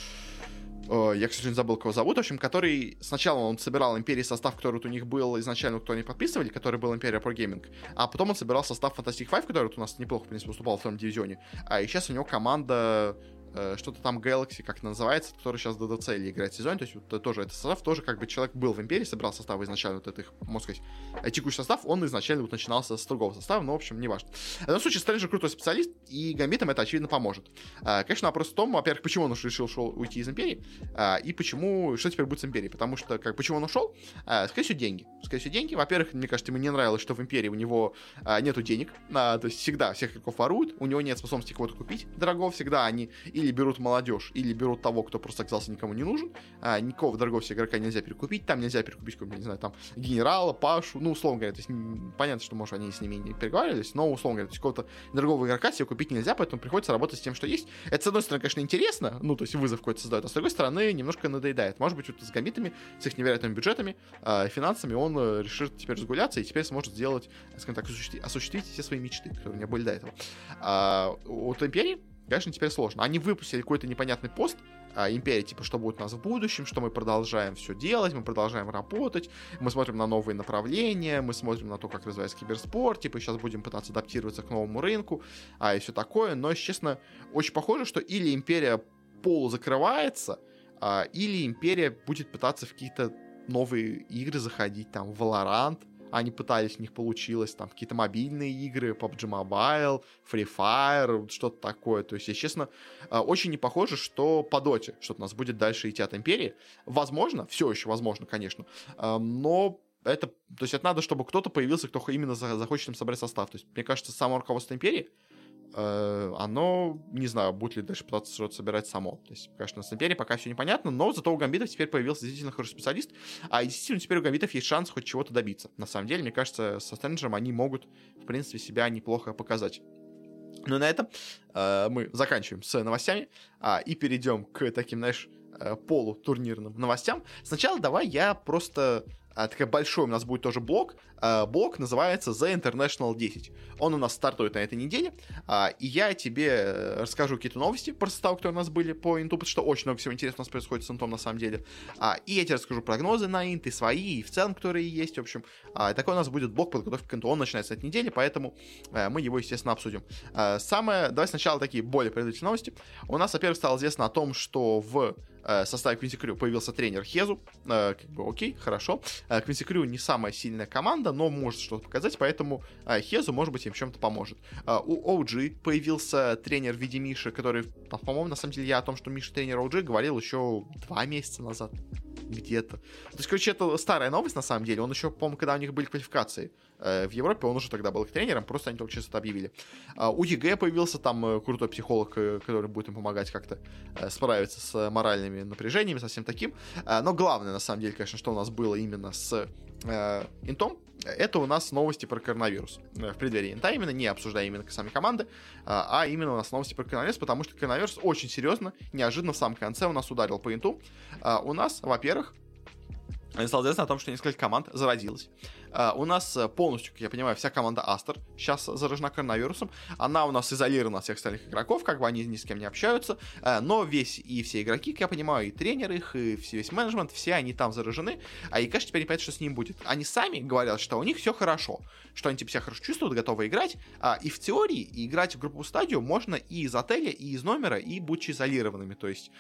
Я, к сожалению, забыл, кого зовут, в общем, который сначала он собирал Империи состав, который вот у них был изначально, кто они подписывали, который был Империя Pro Gaming, а потом он собирал состав Fantastic Five, который вот у нас неплохо, в принципе, выступал в втором дивизионе, и сейчас у него команда что-то там Galaxy, как это называется, который сейчас до DCL играет в сезоне, то есть вот, тоже этот состав, тоже как бы человек был в Империи, собирал составы изначально, вот это их, можно сказать, текущий состав, он изначально вот начинался с другого состава, но, в общем, не важно. В данном случае Стрэнджер крутой специалист, и гамбитам это, очевидно, поможет. Конечно, вопрос в том, во-первых, почему он решил уйти из Империи, и почему, что теперь будет с Империей, потому что, как, почему он ушел? Скорее всего, деньги. Скорее всего, деньги. Во-первых, мне кажется, ему не нравилось, что в Империи у него нету денег, то есть всегда всех игроков воруют, у него нет способности кого-то купить дорогого, всегда они или берут молодежь, или берут того, кто просто оказался никому не нужен. Никакого дорогого игрока нельзя перекупить, там нельзя перекупить какого-нибудь, не знаю, там, генерала, Пашу, ну, условно говоря, то есть понятно, что, может, они с ними не переговаривались, но, условно говоря, то есть какого-то дорогого игрока себе купить нельзя, поэтому приходится работать с тем, что есть. Это, с одной стороны, конечно, интересно, ну, то есть вызов какой-то создает, а с другой стороны, немножко надоедает. Может быть, вот с гамбитами, с их невероятными бюджетами, финансами он решит теперь разгуляться и теперь сможет сделать, скажем так, осуществить все свои мечты, которые у меня были до этого. Вот Империи, конечно, теперь сложно. Они выпустили какой-то непонятный пост империя, типа, что будет у нас в будущем, что мы продолжаем все делать, мы продолжаем работать, мы смотрим на новые направления, мы смотрим на то, как развивается киберспорт, типа, сейчас будем пытаться адаптироваться к новому рынку, и все такое, но, если честно, очень похоже, что или империя полузакрывается, или империя будет пытаться в какие-то новые игры заходить, там, в Valorant, они пытались, у них получилось, там, какие-то мобильные игры, PUBG Mobile, Free Fire, что-то такое. То есть, если честно, очень не похоже, что по доте что-то у нас будет дальше идти от Империи. Возможно, все еще возможно, конечно, но это, то есть, это надо, чтобы кто-то появился, кто именно захочет им собрать состав. То есть, мне кажется, само руководство Империи, оно, не знаю, будет ли дальше пытаться что-то собирать само. То есть, конечно, с Империей пока все непонятно, но зато у Гамбитов теперь появился действительно хороший специалист, и действительно теперь у Гамбитов есть шанс хоть чего-то добиться. На самом деле, мне кажется, со Стрэнджем они могут, в принципе, себя неплохо показать. Ну и на этом мы заканчиваем с новостями и перейдем к таким, знаешь, полутурнирным новостям. Сначала давай я просто... такой большой у нас будет тоже блок. Блок называется The International 10. Он у нас стартует на этой неделе. И я тебе расскажу какие-то новости про состав, которые у нас были по инту, потому что очень много всего интересного у нас происходит с интом на самом деле. И я тебе расскажу прогнозы на инт, и свои, и в целом, которые есть. В общем, такой у нас будет блок подготовки к инту. Он начинается с этой недели, поэтому мы его, естественно, обсудим. Давай сначала такие более предварительные новости. У нас, во-первых, стало известно о том, что в составе Quincy Crew появился тренер Хезу. Как бы окей, хорошо. Quincy Crew не самая сильная команда, но может что-то показать, поэтому Хезу, может быть, им в чем-то поможет. У OG появился тренер в виде Миши, который, по-моему, на самом деле я о том, что Миша тренер OG говорил еще 2 месяца назад. Где-то. То есть, короче, это старая новость, на самом деле. Он еще, по-моему, когда у них были квалификации в Европе, он уже тогда был их тренером, просто они только сейчас это объявили. У ЕГЭ появился там крутой психолог, который будет им помогать как-то справиться с моральными напряжениями, со всем таким. Но главное, на самом деле, конечно, что у нас было именно с интом, это у нас новости про коронавирус. В преддверии инта именно, не обсуждая именно сами команды, а именно у нас новости про коронавирус, потому что коронавирус очень серьезно, неожиданно в самом конце у нас ударил по инту. У нас, во-первых, стало известно о том, что несколько команд заразилось. У нас полностью, как я понимаю, вся команда Астер сейчас заражена коронавирусом. Она у нас изолирована от всех остальных игроков, как бы они ни с кем не общаются. Но все игроки, как я понимаю, и тренер их, и весь менеджмент, все они там заражены. И, конечно, теперь не понятно, что с ним будет. Они сами говорят, что у них все хорошо. Что они типа себя хорошо чувствуют, готовы играть. И в теории играть в групповую стадию можно и из отеля, и из номера, и будучи изолированными. То есть,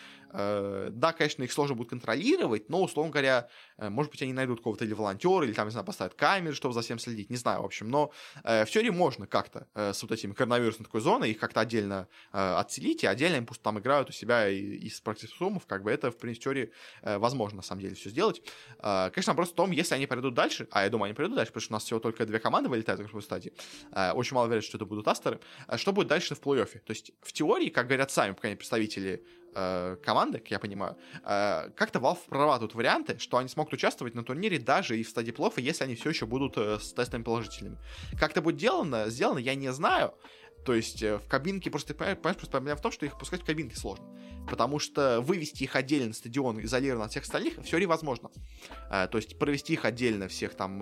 да, конечно, их сложно будет контролировать, но, условно говоря, может быть, они найдут какого-то или волонтера, или там, не знаю, поставят камеры, чтобы за всем следить, не знаю, в общем, но в теории можно как-то с вот этими коронавирусной такой зоной их как-то отдельно отселить, и отдельно им пусть там играют у себя из практикумов, как бы это, в принципе, в теории возможно, на самом деле, все сделать. Конечно, вопрос в том, если они пройдут дальше, я думаю, они пройдут дальше, потому что у нас всего только 2 команды вылетают в групповой стадии, очень мало вероятно, что это будут Астеры, что будет дальше в плей-оффе? То есть, в теории, как говорят сами, по крайней мере, представители команды, как я понимаю, как-то Valve прорабатывают варианты, что они смогут участвовать на турнире даже и в стадии плей-оффа, если они все еще будут с тестами положительными. Как это будет сделано, я не знаю. То есть в кабинке, просто понимаешь, просто проблема в том, что их пускать в кабинке сложно. Потому что вывести их отдельно на стадион, изолированно от всех остальных, в теории возможно. То есть провести их отдельно всех там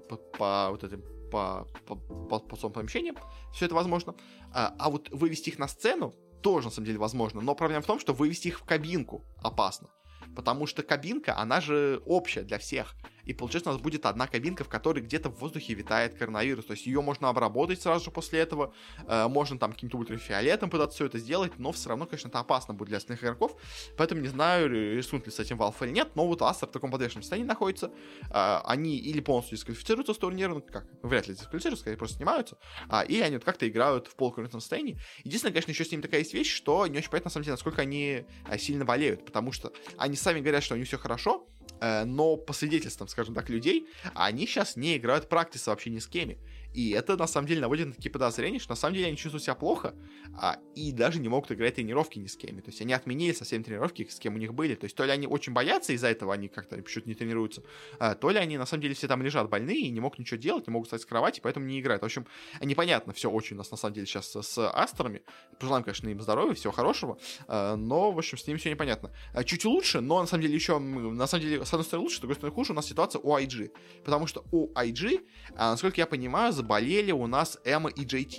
по своим помещениям, все это возможно. А вот вывести их на сцену тоже, на самом деле, возможно. Но проблема в том, что вывести их в кабинку опасно. Потому что кабинка, она же общая для всех. И получается, у нас будет одна кабинка, в которой где-то в воздухе витает коронавирус. То есть ее можно обработать сразу же после этого. Можно там каким-то ультрафиолетом пытаться все это сделать. Но все равно, конечно, это опасно будет для остальных игроков. Поэтому не знаю, рискнут ли с этим Valve или нет. Но вот Астер в таком подвешенном состоянии находится. Они или полностью дисквалифицируются с турнира. Ну как, вряд ли дисквалифицируются, скорее просто снимаются. Или они вот как-то играют в полуконкурентном состоянии. Единственное, конечно, еще с ними такая есть вещь, что не очень понятно, на самом деле, насколько они сильно болеют. Потому что они сами говорят, что у них все хорошо. Но по свидетельствам, скажем так, людей, они сейчас не играют практисы вообще ни с кем. И это, на самом деле, наводит на такие подозрения, что на самом деле они чувствуют себя плохо, и даже не могут играть тренировки ни с кем. То есть они отменили совсем тренировки, с кем у них были. То есть то ли они очень боятся, из-за этого они как-то почему-то не тренируются, то ли они, на самом деле, все там лежат больные и не могут ничего делать, не могут встать с кровати, поэтому не играют. В общем, непонятно все очень у нас, на самом деле, сейчас с Астерами. Пожелаем, конечно, им здоровья, всего хорошего, но, в общем, с ними все непонятно. Чуть лучше, но, на самом деле, еще, на самом деле, с одной стороны лучше, с другой стороны хуже у нас ситуация у IG. Потому что у IG, насколько я понимаю, заболели у нас Эмма и JT.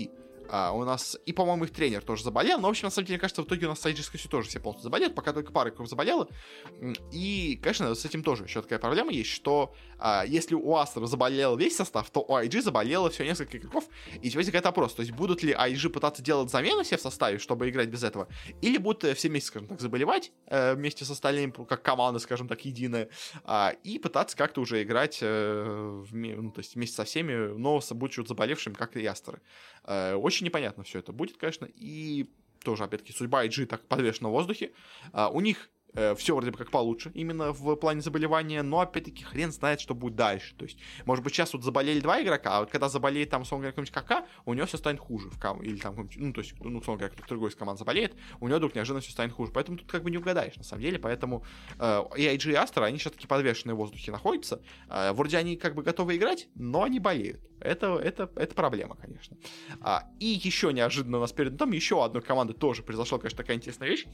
У нас, и, по-моему, их тренер тоже заболел. Но, в общем, на самом деле, мне кажется, в итоге у нас с IG все тоже все полностью заболеют, пока только пара игроков заболела. И, конечно, с этим тоже еще такая проблема есть, что если у Астра заболел весь состав, то у IG заболело все несколько игроков. И теперь возникает вопрос, то есть будут ли IG пытаться делать замену себе в составе, чтобы играть без этого, или будут все вместе, скажем так, заболевать вместе с остальными, как команда, скажем так, единая, и пытаться как-то уже играть то есть вместе со всеми, но будучи заболевшими, как и Астры. Очень непонятно все это будет, конечно, и тоже, опять-таки, судьба IG так подвешена в воздухе. У них все вроде бы как получше именно в плане заболевания, но, опять-таки, хрен знает, что будет дальше. То есть, может быть, сейчас вот заболели 2 игрока, а вот когда заболеет там, условно говоря, какой-нибудь КК, у него все станет хуже. Или там, то есть, условно говоря, кто-то другой из команд заболеет, у него вдруг неожиданно все станет хуже. Поэтому тут как бы не угадаешь, на самом деле. Поэтому и IG, и Astra, они сейчас таки подвешенные в воздухе находятся. Вроде они как бы готовы играть, но они болеют. Это проблема, конечно. И еще неожиданно у нас перед там еще одной команды тоже произошла, конечно, такая интересная вещь.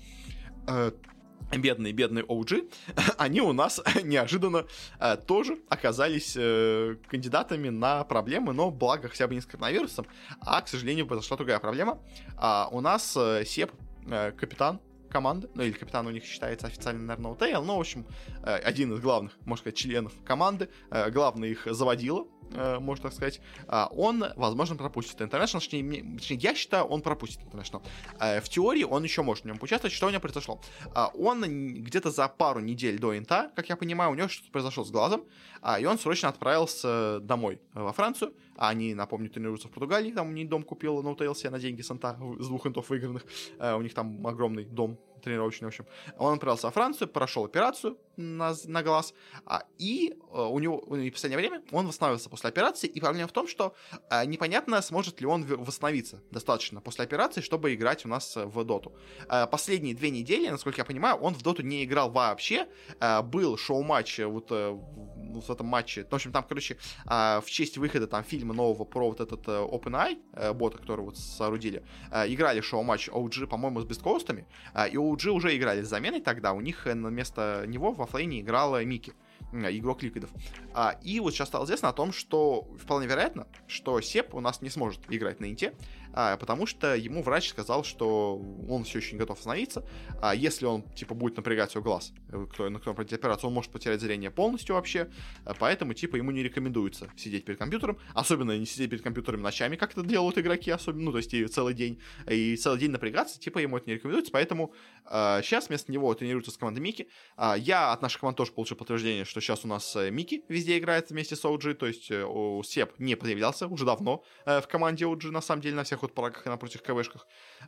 Бедные OG, они у нас неожиданно тоже оказались кандидатами на проблемы, но благо хотя бы не с коронавирусом, к сожалению, произошла другая проблема. У нас Сеп, капитан команды, или капитан у них считается официально, наверное, УТЛ, но, в общем, один из главных, можно сказать, членов команды, главный их заводила, можно так сказать, он, возможно, пропустит International, точнее, я считаю, он пропустит International. В теории он еще может в нем поучаствовать. Что у него произошло? Он где-то за пару недель до инта, как я понимаю, у него что-то произошло с глазом, и он срочно отправился домой во Францию. Они, напомню, тренируются в Португалии, там у них дом купил Ноутейл себе на деньги с инта, с 2 интов выигранных, у них там огромный дом тренировочный, в общем. Он отправился во Францию, прошел операцию на глаз, и у него в последнее время он восстановился после операции, и проблема в том, что непонятно, сможет ли он восстановиться достаточно после операции, чтобы играть у нас в доту. Последние 2 недели, насколько я понимаю, он в доту не играл вообще, был шоу-матч вот в этом матче, в общем, там, короче, в честь выхода там фильма нового про вот этот OpenAI, бота, который вот соорудили, играли шоу-матч OG, по-моему, с бесткоустами, и OG уже играли с заменой тогда, у них вместо него во флейне играла Мики, игрок Ликвидов. И вот сейчас стало известно о том, что вполне вероятно, что Сеп у нас не сможет играть на инте, потому что ему врач сказал, что он все еще не готов остановиться. Если он, типа, будет напрягать свой глаз, кто пройдет операцию, он может потерять зрение полностью вообще, поэтому, типа, ему не рекомендуется сидеть перед компьютером, особенно не сидеть перед компьютером ночами, как это делают игроки, особенно, то есть и целый день напрягаться, типа, ему это не рекомендуется, поэтому сейчас вместо него тренируется с командой Мики. Я от нашей команды тоже получил подтверждение, что сейчас у нас Мики везде играет вместе с OG, то есть Сеп не появлялся уже давно в команде OG, на самом деле, на всех вот параках и на прочих КВшках,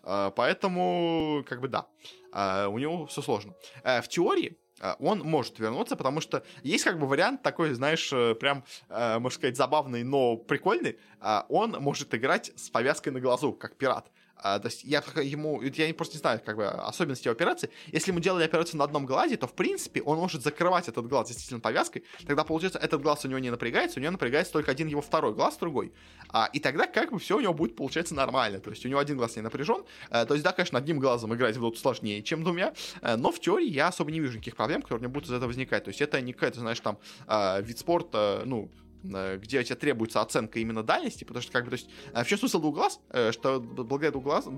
поэтому, как бы, да, у него все сложно. В теории он может вернуться, потому что есть как бы вариант такой, знаешь, прям, можно сказать, забавный, но прикольный. Он может играть с повязкой на глазу, как пират. То есть я просто не знаю, как бы, особенности операции. Если ему делали операцию на одном глазе, то, в принципе, он может закрывать этот глаз действительно повязкой. Тогда, получается, этот глаз у него не напрягается, у него напрягается только один его второй глаз, другой. И тогда, как бы, все у него будет, получается, нормально. То есть у него один глаз не напряжен. То есть, да, конечно, одним глазом играть в доту сложнее, чем 2. Но в теории я особо не вижу никаких проблем, которые у него будут из этого возникать. То есть это не какая-то, знаешь, там, вид спорта, где тебе требуется оценка именно дальности, потому что, как бы, то есть, в чем смысл 2 глаз, что благодаря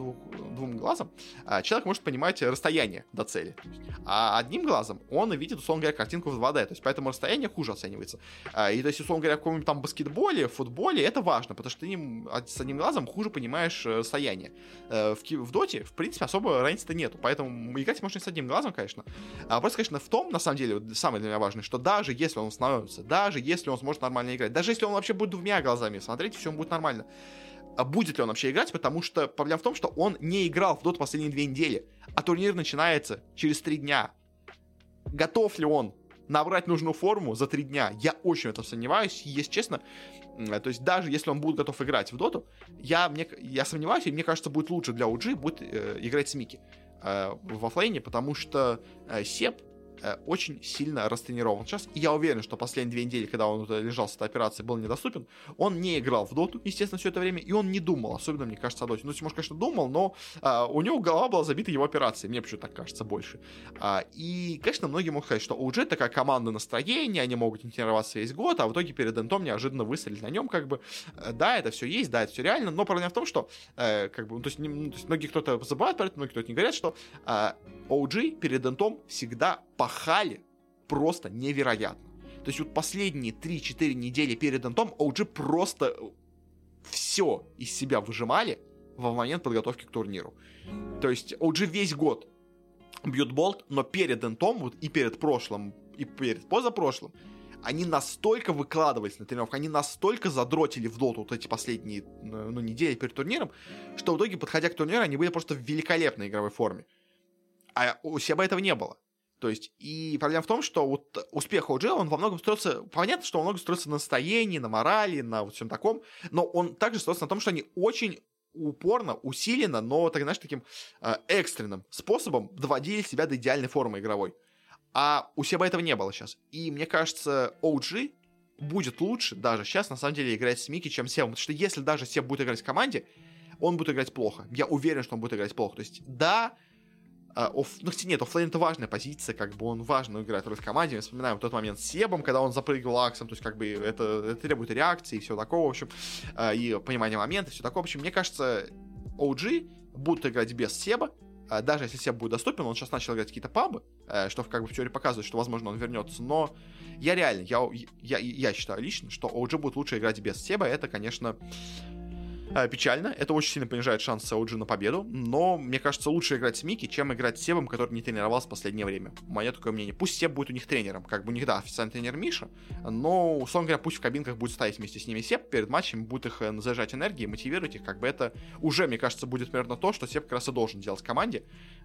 2 глазам человек может понимать расстояние до цели. А одним глазом он видит, условно говоря, картинку в 2D, то есть, поэтому расстояние хуже оценивается. И, то есть, условно говоря, в каком-нибудь там баскетболе, футболе это важно, потому что ты с одним глазом хуже понимаешь расстояние. В доте, в принципе, особо разницы-то нету, поэтому играть можно и с одним глазом, конечно. Просто, конечно, в том, на самом деле, самое для меня важное, что даже если он становится, даже если он сможет нормально играть, даже если он вообще будет 2 глазами смотреть, все будет нормально. Будет ли он вообще играть, потому что проблема в том, что он не играл в доту последние 2 недели, а турнир начинается через 3 дня. Готов ли он набрать нужную форму за 3 дня? Я очень в этом сомневаюсь, если честно. То есть даже если он будет готов играть в доту, я сомневаюсь, и мне кажется, будет лучше для OG будет играть с Мики в оффлейне, потому что Сеп очень сильно растренирован сейчас. И я уверен, что последние 2 недели, когда он лежал с этой операцией, был недоступен, он не играл в доту, естественно, все это время, и он не думал, особенно, мне кажется, о доте. Ну, может, конечно, думал, но у него голова была забита его операцией, мне почему-то так кажется больше. И, конечно, многие могут сказать, что OG такая команда настроения, они могут не тренироваться весь год, а в итоге перед Интом неожиданно выстрелить на нем, как бы, да, это все есть, да, это все реально, но проблема в том, что, как бы, то есть многие кто-то забывает про это, многие кто-то не говорят, что OG перед Интом всегда пахали просто невероятно. То есть вот последние 3-4 недели перед Интом OG просто все из себя выжимали в момент подготовки к турниру. То есть OG весь год бьют болт, но перед Интом, вот и перед прошлым, и перед позапрошлым, они настолько выкладывались на тренировках, они настолько задротили в доту вот эти последние недели перед турниром, что в итоге, подходя к турниру, они были просто в великолепной игровой форме. А у Себа этого не было. То есть, и проблема в том, что вот успех OG, он во многом строится, понятно, что он во многом строится на настроении, на морали, на вот всем таком, но он также строится на том, что они очень упорно, усиленно, но, так, знаешь, таким экстренным способом доводили себя до идеальной формы игровой. А у Себа этого не было сейчас. И мне кажется, OG будет лучше даже сейчас, на самом деле, играть с Микки, чем Себом. Потому что если даже Себ будет играть в команде, он будет играть плохо. Я уверен, что он будет играть плохо. То есть, да, нет, оффлейн — это важная позиция, как бы он важно играет роль в команде. Мы вспоминаем тот момент с Себом, когда он запрыгивал аксом, то есть как бы это требует реакции и всего такого, в общем, и понимания момента, все такое. В общем, мне кажется, OG будут играть без Себа, даже если Себ будет доступен. Он сейчас начал играть какие-то пабы, что как бы в теории показывает, что, возможно, он вернется, но я реально, я считаю лично, что OG будет лучше играть без Себа. Это, конечно, печально, это очень сильно понижает шансы OG на победу, но мне кажется, лучше играть с Микки, чем играть с Себом, который не тренировался в последнее время. Мое такое мнение. Пусть Себ будет у них тренером, как бы у них, да, официальный тренер Миша, но, условно говоря, пусть в кабинках будет стоять вместе с ними Себ перед матчем, будет их заряжать энергией, мотивировать их, как бы это уже, мне кажется, будет примерно то, что Себ как раз и должен делать в команде,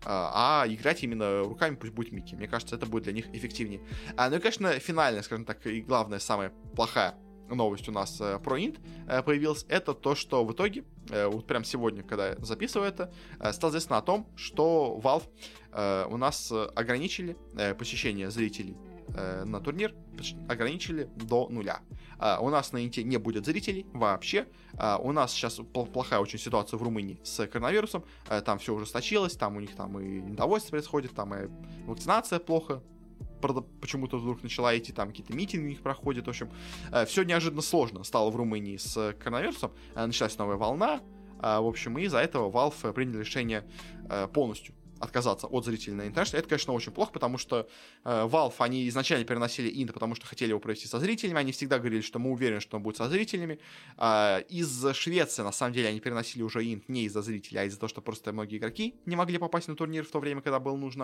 а играть именно руками пусть будет Микки. Мне кажется, это будет для них эффективнее. Ну и, конечно, финальная, скажем так, и главная, самая плохая новость у нас про Инт появилась, это то, что в итоге, вот прям сегодня, когда я записываю это, стало известно о том, что Valve у нас ограничили посещение зрителей на турнир, ограничили до 0. У нас на Инте не будет зрителей вообще. У нас сейчас плохая очень ситуация в Румынии с коронавирусом. Там все ужесточилось, там у них там и недовольство происходит, там и вакцинация плохо почему-то вдруг начала идти, там какие-то митинги у них проходят, в общем, все неожиданно сложно стало в Румынии с коронавирусом, началась новая волна, в общем, и из-за этого Valve приняли решение полностью отказаться от зрителей на International. Это, конечно, очень плохо, потому что Valve, они изначально переносили Инт, потому что хотели его провести со зрителями, они всегда говорили, что мы уверены, что он будет со зрителями. Из Швеции, на самом деле, они переносили уже Инт не из-за зрителей, а из-за того, что просто многие игроки не могли попасть на турнир в то время, когда было нужно.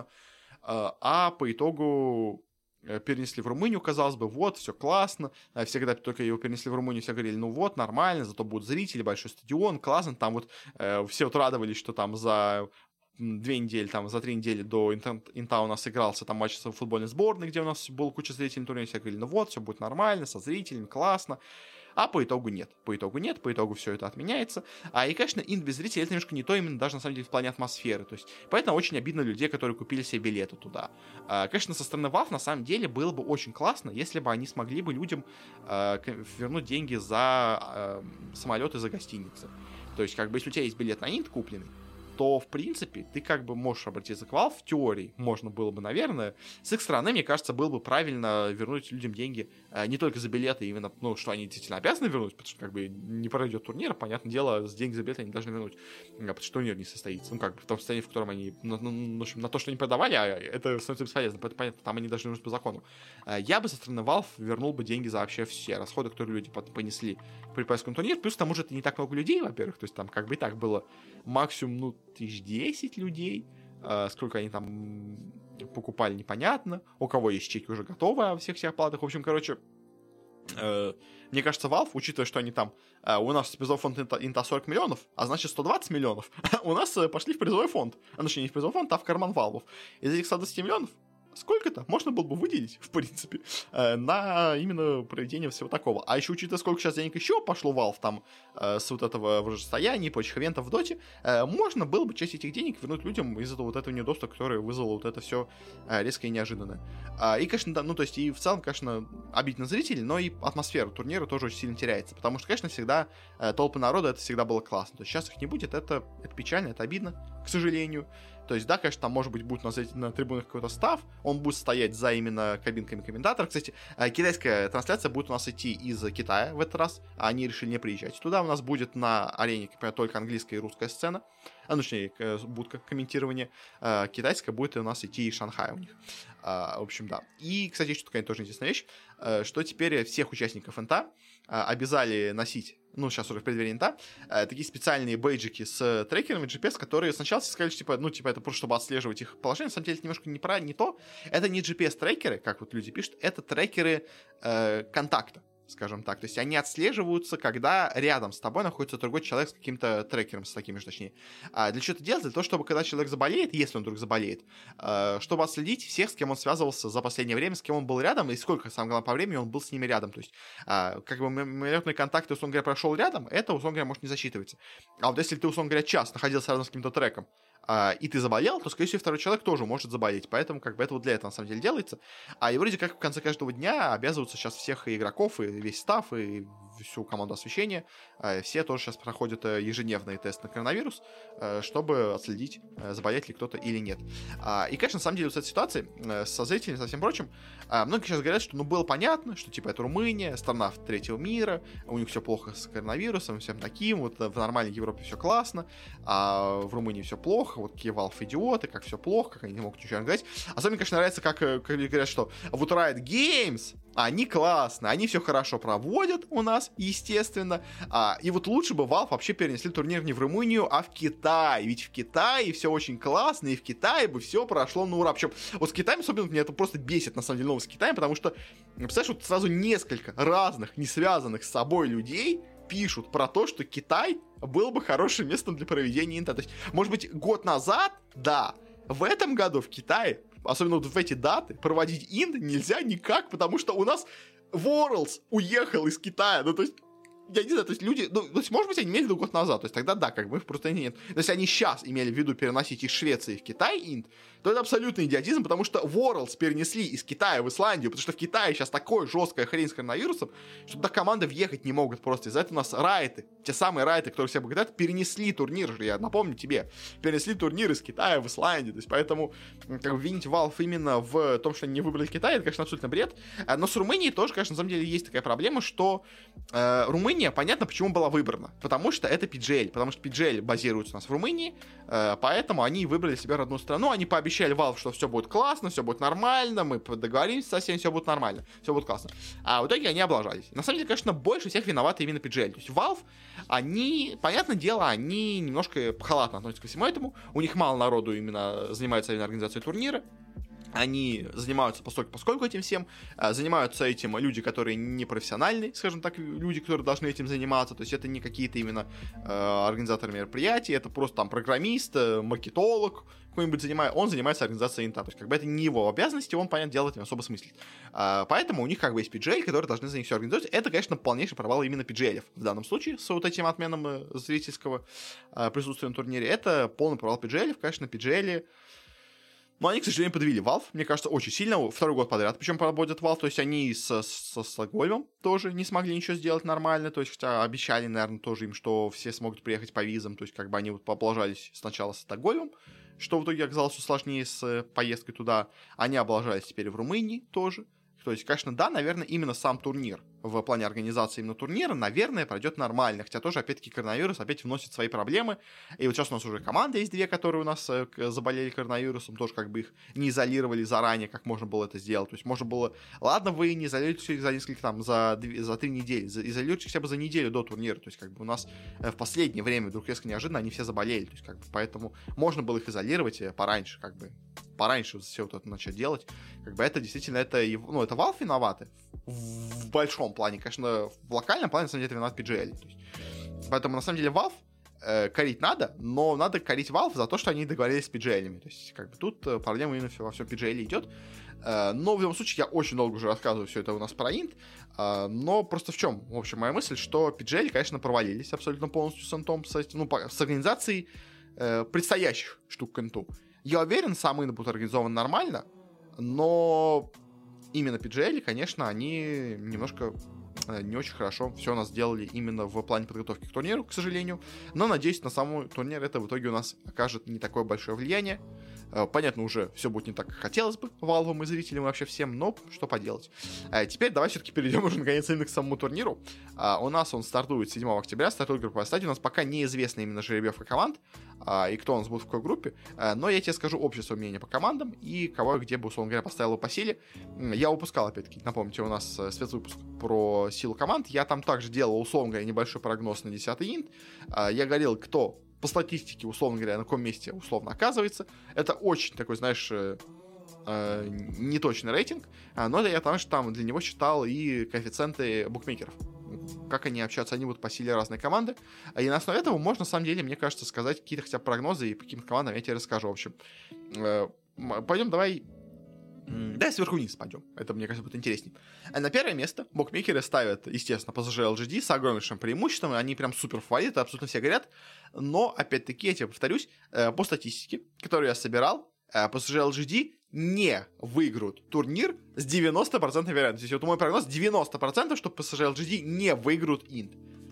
А по итогу перенесли в Румынию, казалось бы, вот, все классно. Все, когда только его перенесли в Румынию, все говорили, ну вот, нормально, зато будут зрители, большой стадион, классно. Там вот все вот радовались, что там за 2 недели, там, за 3 недели до Инта у нас сыгрался там матч с футбольной сборной, где у нас была куча зрителей на турнире, все говорили, ну вот, все будет нормально, со зрителями, классно. А по итогу нет. По итогу все это отменяется. И, конечно, Инт без зрителей — это немножко не то, именно даже на самом деле в плане атмосферы. То есть, поэтому очень обидно людей, которые купили себе билеты туда. Конечно, со стороны Valve на самом деле было бы очень классно, если бы они смогли бы людям вернуть деньги за самолеты, за гостиницы. То есть, как бы, если у тебя есть билет на Инт купленный, то, в принципе, ты как бы можешь обратиться к Valve, в теории можно было бы, наверное. С их стороны, мне кажется, было бы правильно вернуть людям деньги не только за билеты, именно, ну, что они действительно обязаны вернуть, потому что, как бы, не пройдет турнир, понятное дело, с деньги за билеты они должны вернуть, потому что турнир не состоится. Ну, как бы, в том состоянии, в котором они, в общем, на то, что они продавали, а это становится бесполезно, поэтому, понятно, там они должны вернуть по закону. Я бы со стороны Valve вернул бы деньги за вообще все расходы, которые люди понесли при поисковом турнире, плюс к тому же это не так много людей, во-первых, то есть там как бы и так было максимум, ну, 10 людей, сколько они там покупали, непонятно, у кого есть чеки уже готовы о всех оплатах, в общем, короче, мне кажется, Valve, учитывая, что они там, у нас призовой фонд Инта 40 миллионов, а значит 120 миллионов, у нас пошли в призовой фонд, точнее не в призовой фонд, а в карман Valve. Из этих 120 миллионов сколько-то можно было бы выделить, в принципе, на именно проведение всего такого. А еще учитывая, сколько сейчас денег еще пошло Valve там с вот этого врождостояния и прочих ивентов в доте, можно было бы часть этих денег вернуть людям из-за вот этого недоступа, который вызвало вот это все резко и неожиданно. И, конечно, да, ну, то есть, и в целом, конечно, обидно зрителей, но и атмосфера турнира тоже очень сильно теряется, потому что, конечно, всегда толпы народа, это всегда было классно. То есть, сейчас их не будет, это печально, это обидно, к сожалению. То есть, да, конечно, там, может быть, будет на трибунах какой-то став, он будет стоять за именно кабинками комментаторов. Кстати, китайская трансляция будет у нас идти из Китая в этот раз, а они решили не приезжать туда. У нас будет на арене, как понимаю, только английская и русская сцена, точнее, будка комментирования. Китайская будет у нас идти из Шанхая у них. В общем, да. И, кстати, еще такая тоже интересная вещь, что теперь всех участников НТА обязали носить, ну, сейчас уже в преддверии НТА, такие специальные бейджики с трекерами GPS, которые сначала сказали, что, типа, это просто чтобы отслеживать их положение. На самом деле, это немножко не то. Это не GPS-трекеры, как вот люди пишут, это трекеры контакта, скажем так. То есть они отслеживаются, когда рядом с тобой находится другой человек с каким-то трекером, с таким же, точнее. Для чего это делать? Для того, чтобы когда человек заболеет, если он вдруг заболеет, чтобы отследить всех, с кем он связывался за последнее время, с кем он был рядом, и сколько, самое главное, по времени он был с ними рядом. То есть, как бы мимолетный контакт, условно говоря, прошел рядом, это, условно говоря, может не засчитываться. А вот если ты, условно говоря, час находился рядом с каким-то треком, и ты заболел, то, скорее всего, второй человек тоже может заболеть. Поэтому, как бы, это вот для этого, на самом деле, делается. И вроде как в конце каждого дня обязываются сейчас всех и игроков, и весь став, и всю команду освещения, все тоже сейчас проходят ежедневный тест на коронавирус, чтобы отследить, заболеет ли кто-то или нет. И, конечно, на самом деле, вот с этой ситуацией, со зрителями, со всем прочим, многие сейчас говорят, что, было понятно, что, типа, это Румыния, страна третьего мира, у них все плохо с коронавирусом, всем таким, вот в нормальной Европе все классно, а в Румынии все плохо, вот какие Valve идиоты, как все плохо, как они не могут ничего говорить. Особенно, конечно, нравится, как говорят, что вот Riot Games, они классные, они все хорошо проводят у нас, естественно. И вот лучше бы Valve вообще перенесли турнир не в Румынию, а в Китай. Ведь в Китае все очень классно, и в Китае бы все прошло на ура. Причем вот с Китаем, особенно, меня это просто бесит, на самом деле, новость с Китаем, потому что, представляешь, вот сразу несколько разных, не связанных с собой людей пишут про то, что Китай был бы хорошим местом для проведения инта. То есть, может быть, год назад, да, в этом году в Китае, особенно вот в эти даты, проводить инт нельзя никак, потому что у нас Worlds уехал из Китая. Ну, то есть, я не знаю, то есть люди, ну, то есть, может быть, они имели в виду год назад, то есть тогда да, как бы их просто нет. Но если они сейчас имели в виду переносить из Швеции в Китай инт, то это абсолютный идиотизм, потому что Worlds перенесли из Китая в Исландию, потому что в Китае сейчас такая жесткая хрень с коронавирусом, что туда команды въехать не могут просто. Из-за этого у нас райты, те самые райты, которые все благодарят, перенесли турнир, я напомню тебе, перенесли турнир из Китая в Исландию. То есть поэтому как бы винить Valve именно в том, что они не выбрали Китай, это, конечно, абсолютно бред. Но с Румынией тоже, конечно, на самом деле есть такая проблема, что Румыния, понятно, почему была выбрана. Потому что это PGL, потому что PGL базируется у нас в Румынии, поэтому они выбрали себе родную страну, они пообещали Valve, что все будет классно, все будет нормально, мы договоримся со всеми, все будет нормально, все будет классно. А в итоге они облажались. На самом деле, конечно, больше всех виноваты именно PGL. То есть Valve, они, понятное дело, они немножко халатно относятся ко всему этому. У них мало народу именно занимается именно организацией турнира. Они занимаются поскольку этим всем, занимаются этим люди, которые не профессиональные, скажем так, люди, которые должны этим заниматься, то есть это не какие-то именно организаторы мероприятий, это просто там программист, маркетолог, какой-нибудь он занимается организацией инта, то есть как бы это не его обязанности, он, понятное дело, этим особо смыслит. Поэтому у них как бы есть PGL, которые должны за них все организовать, это, конечно, полнейший провал именно PGL в данном случае, с вот этим отменом зрительского присутствия на турнире, это полный провал PGL, конечно, PGL. Но они, к сожалению, подвели Valve, мне кажется, очень сильно, второй год подряд, причем проводят Valve, то есть они со Стокгольмом тоже не смогли ничего сделать нормально, то есть хотя обещали, наверное, тоже им, что все смогут приехать по визам, то есть как бы они вот облажались сначала с Стокгольмом, что в итоге оказалось все сложнее с поездкой туда, они облажались теперь в Румынии тоже. То есть, конечно, да, наверное, именно сам турнир в плане организации именно турнира, наверное, пройдет нормально. Хотя тоже, опять-таки, коронавирус опять вносит свои проблемы. И вот сейчас у нас уже команды есть две, которые у нас заболели коронавирусом. Тоже как бы их не изолировали заранее, как можно было это сделать. То есть можно было, ладно, вы не изолируете за несколько, там, за 3 недели. Изолируйте хотя бы за неделю до турнира. То есть как бы у нас в последнее время вдруг резко неожиданно они все заболели. То есть как бы поэтому можно было их изолировать пораньше, как бы. Пораньше все вот это начать делать. Как бы это действительно, это Valve виноваты. В большом плане, конечно, в локальном плане, на самом деле, это виноват PGL. То есть, поэтому, на самом деле, Valve корить надо, но надо корить Valve за то, что они договорились с PGL-ами. То есть, как бы тут проблема именно во всем PGL идет. Но в любом случае, я очень долго уже рассказываю все это у нас про инт. Но просто в чем? В общем, моя мысль, что PGL, конечно, провалились абсолютно полностью с интом, с организацией предстоящих штук к инту. Я уверен, сам инт будет организован нормально, но именно PGL, конечно, они немножко не очень хорошо все у нас сделали именно в плане подготовки к турниру, к сожалению. Но, надеюсь, на самый турнир это в итоге у нас окажет не такое большое влияние. Понятно, уже все будет не так, как хотелось бы Valve и зрителям, вообще всем, но что поделать. Теперь давай все-таки перейдем уже наконец именно к самому турниру. У нас он стартует 7 октября, стартует групповая стадия. У нас пока неизвестна именно жеребьевка команд и кто у нас будет в какой группе. Но я тебе скажу общее свое мнение по командам и кого где бы, условно говоря, поставил его по силе. Я выпускал, опять-таки, напомните, у нас спецвыпуск про силу команд. Я там также делал, условно говоря, небольшой прогноз на 10-й инт. Я говорил, кто по статистике, условно говоря, на каком месте условно оказывается. Это очень такой, знаешь, неточный рейтинг, но я потому что там для него считал и коэффициенты букмекеров. Как они общаются, они будут по силе разные команды. И на основе этого можно, на самом деле, мне кажется, сказать какие-то хотя бы прогнозы, и по каким командам я тебе расскажу. В общем, пойдем давай сверху вниз пойдем. Это, мне кажется, будет интереснее. На первое место букмекеры ставят, естественно, PSG LGD с огромнейшим преимуществом. Они прям супер фавориты, абсолютно все говорят. Но, опять-таки, я тебе повторюсь, по статистике, которую я собирал, PSG LGD не выиграют турнир с 90% вероятностью. Вот мой прогноз 90%, что PSG LGD не выиграют инт.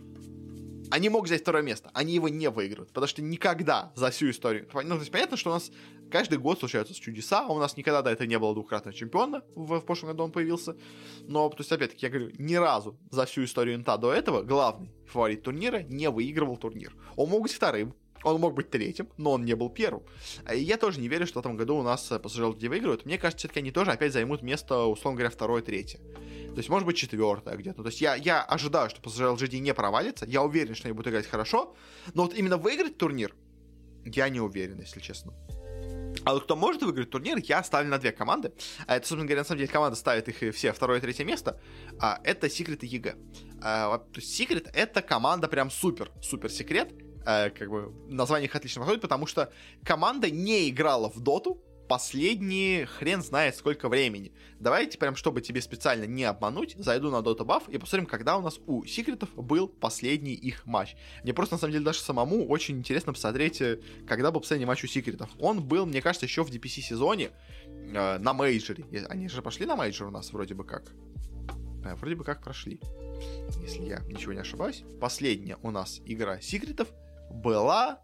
Они могут взять второе место, они его не выиграют, потому что никогда за всю историю... Ну, то есть понятно, что у нас каждый год случаются чудеса, а у нас никогда до этого не было двукратного чемпиона, в прошлом году он появился, но, то есть, опять-таки, я говорю, ни разу за всю историю инта до этого главный фаворит турнира не выигрывал турнир. Он мог быть вторым, он мог быть третьим, но он не был первым. И я тоже не верю, что в этом году у нас PSG LGD выигрывают. Мне кажется, все-таки они тоже опять займут место, условно говоря, второе, третье. То есть, может быть, четвертое где-то. То есть, я ожидаю, что PSG LGD не провалится. Я уверен, что они будут играть хорошо. Но вот именно выиграть турнир я не уверен, если честно. А вот кто может выиграть турнир, я ставлю на две команды. Это, собственно говоря, на самом деле команда ставит их все второе и третье место. Это Secret и EG. То есть Secret — это команда прям супер секрет. Как бы название их отлично подходит, потому что команда не играла в доту последние хрен знает сколько времени. Давайте прям, чтобы тебе специально не обмануть, зайду на Dota Buff и посмотрим, когда у нас у Секретов был последний их матч. Мне просто, на самом деле, даже самому очень интересно посмотреть, когда был последний матч у Секретов. Он был, мне кажется, еще в DPC сезоне на мейджоре. Они же пошли на мейджор у нас вроде бы как. Вроде бы как прошли. Если я ничего не ошибаюсь. Последняя у нас игра Секретов была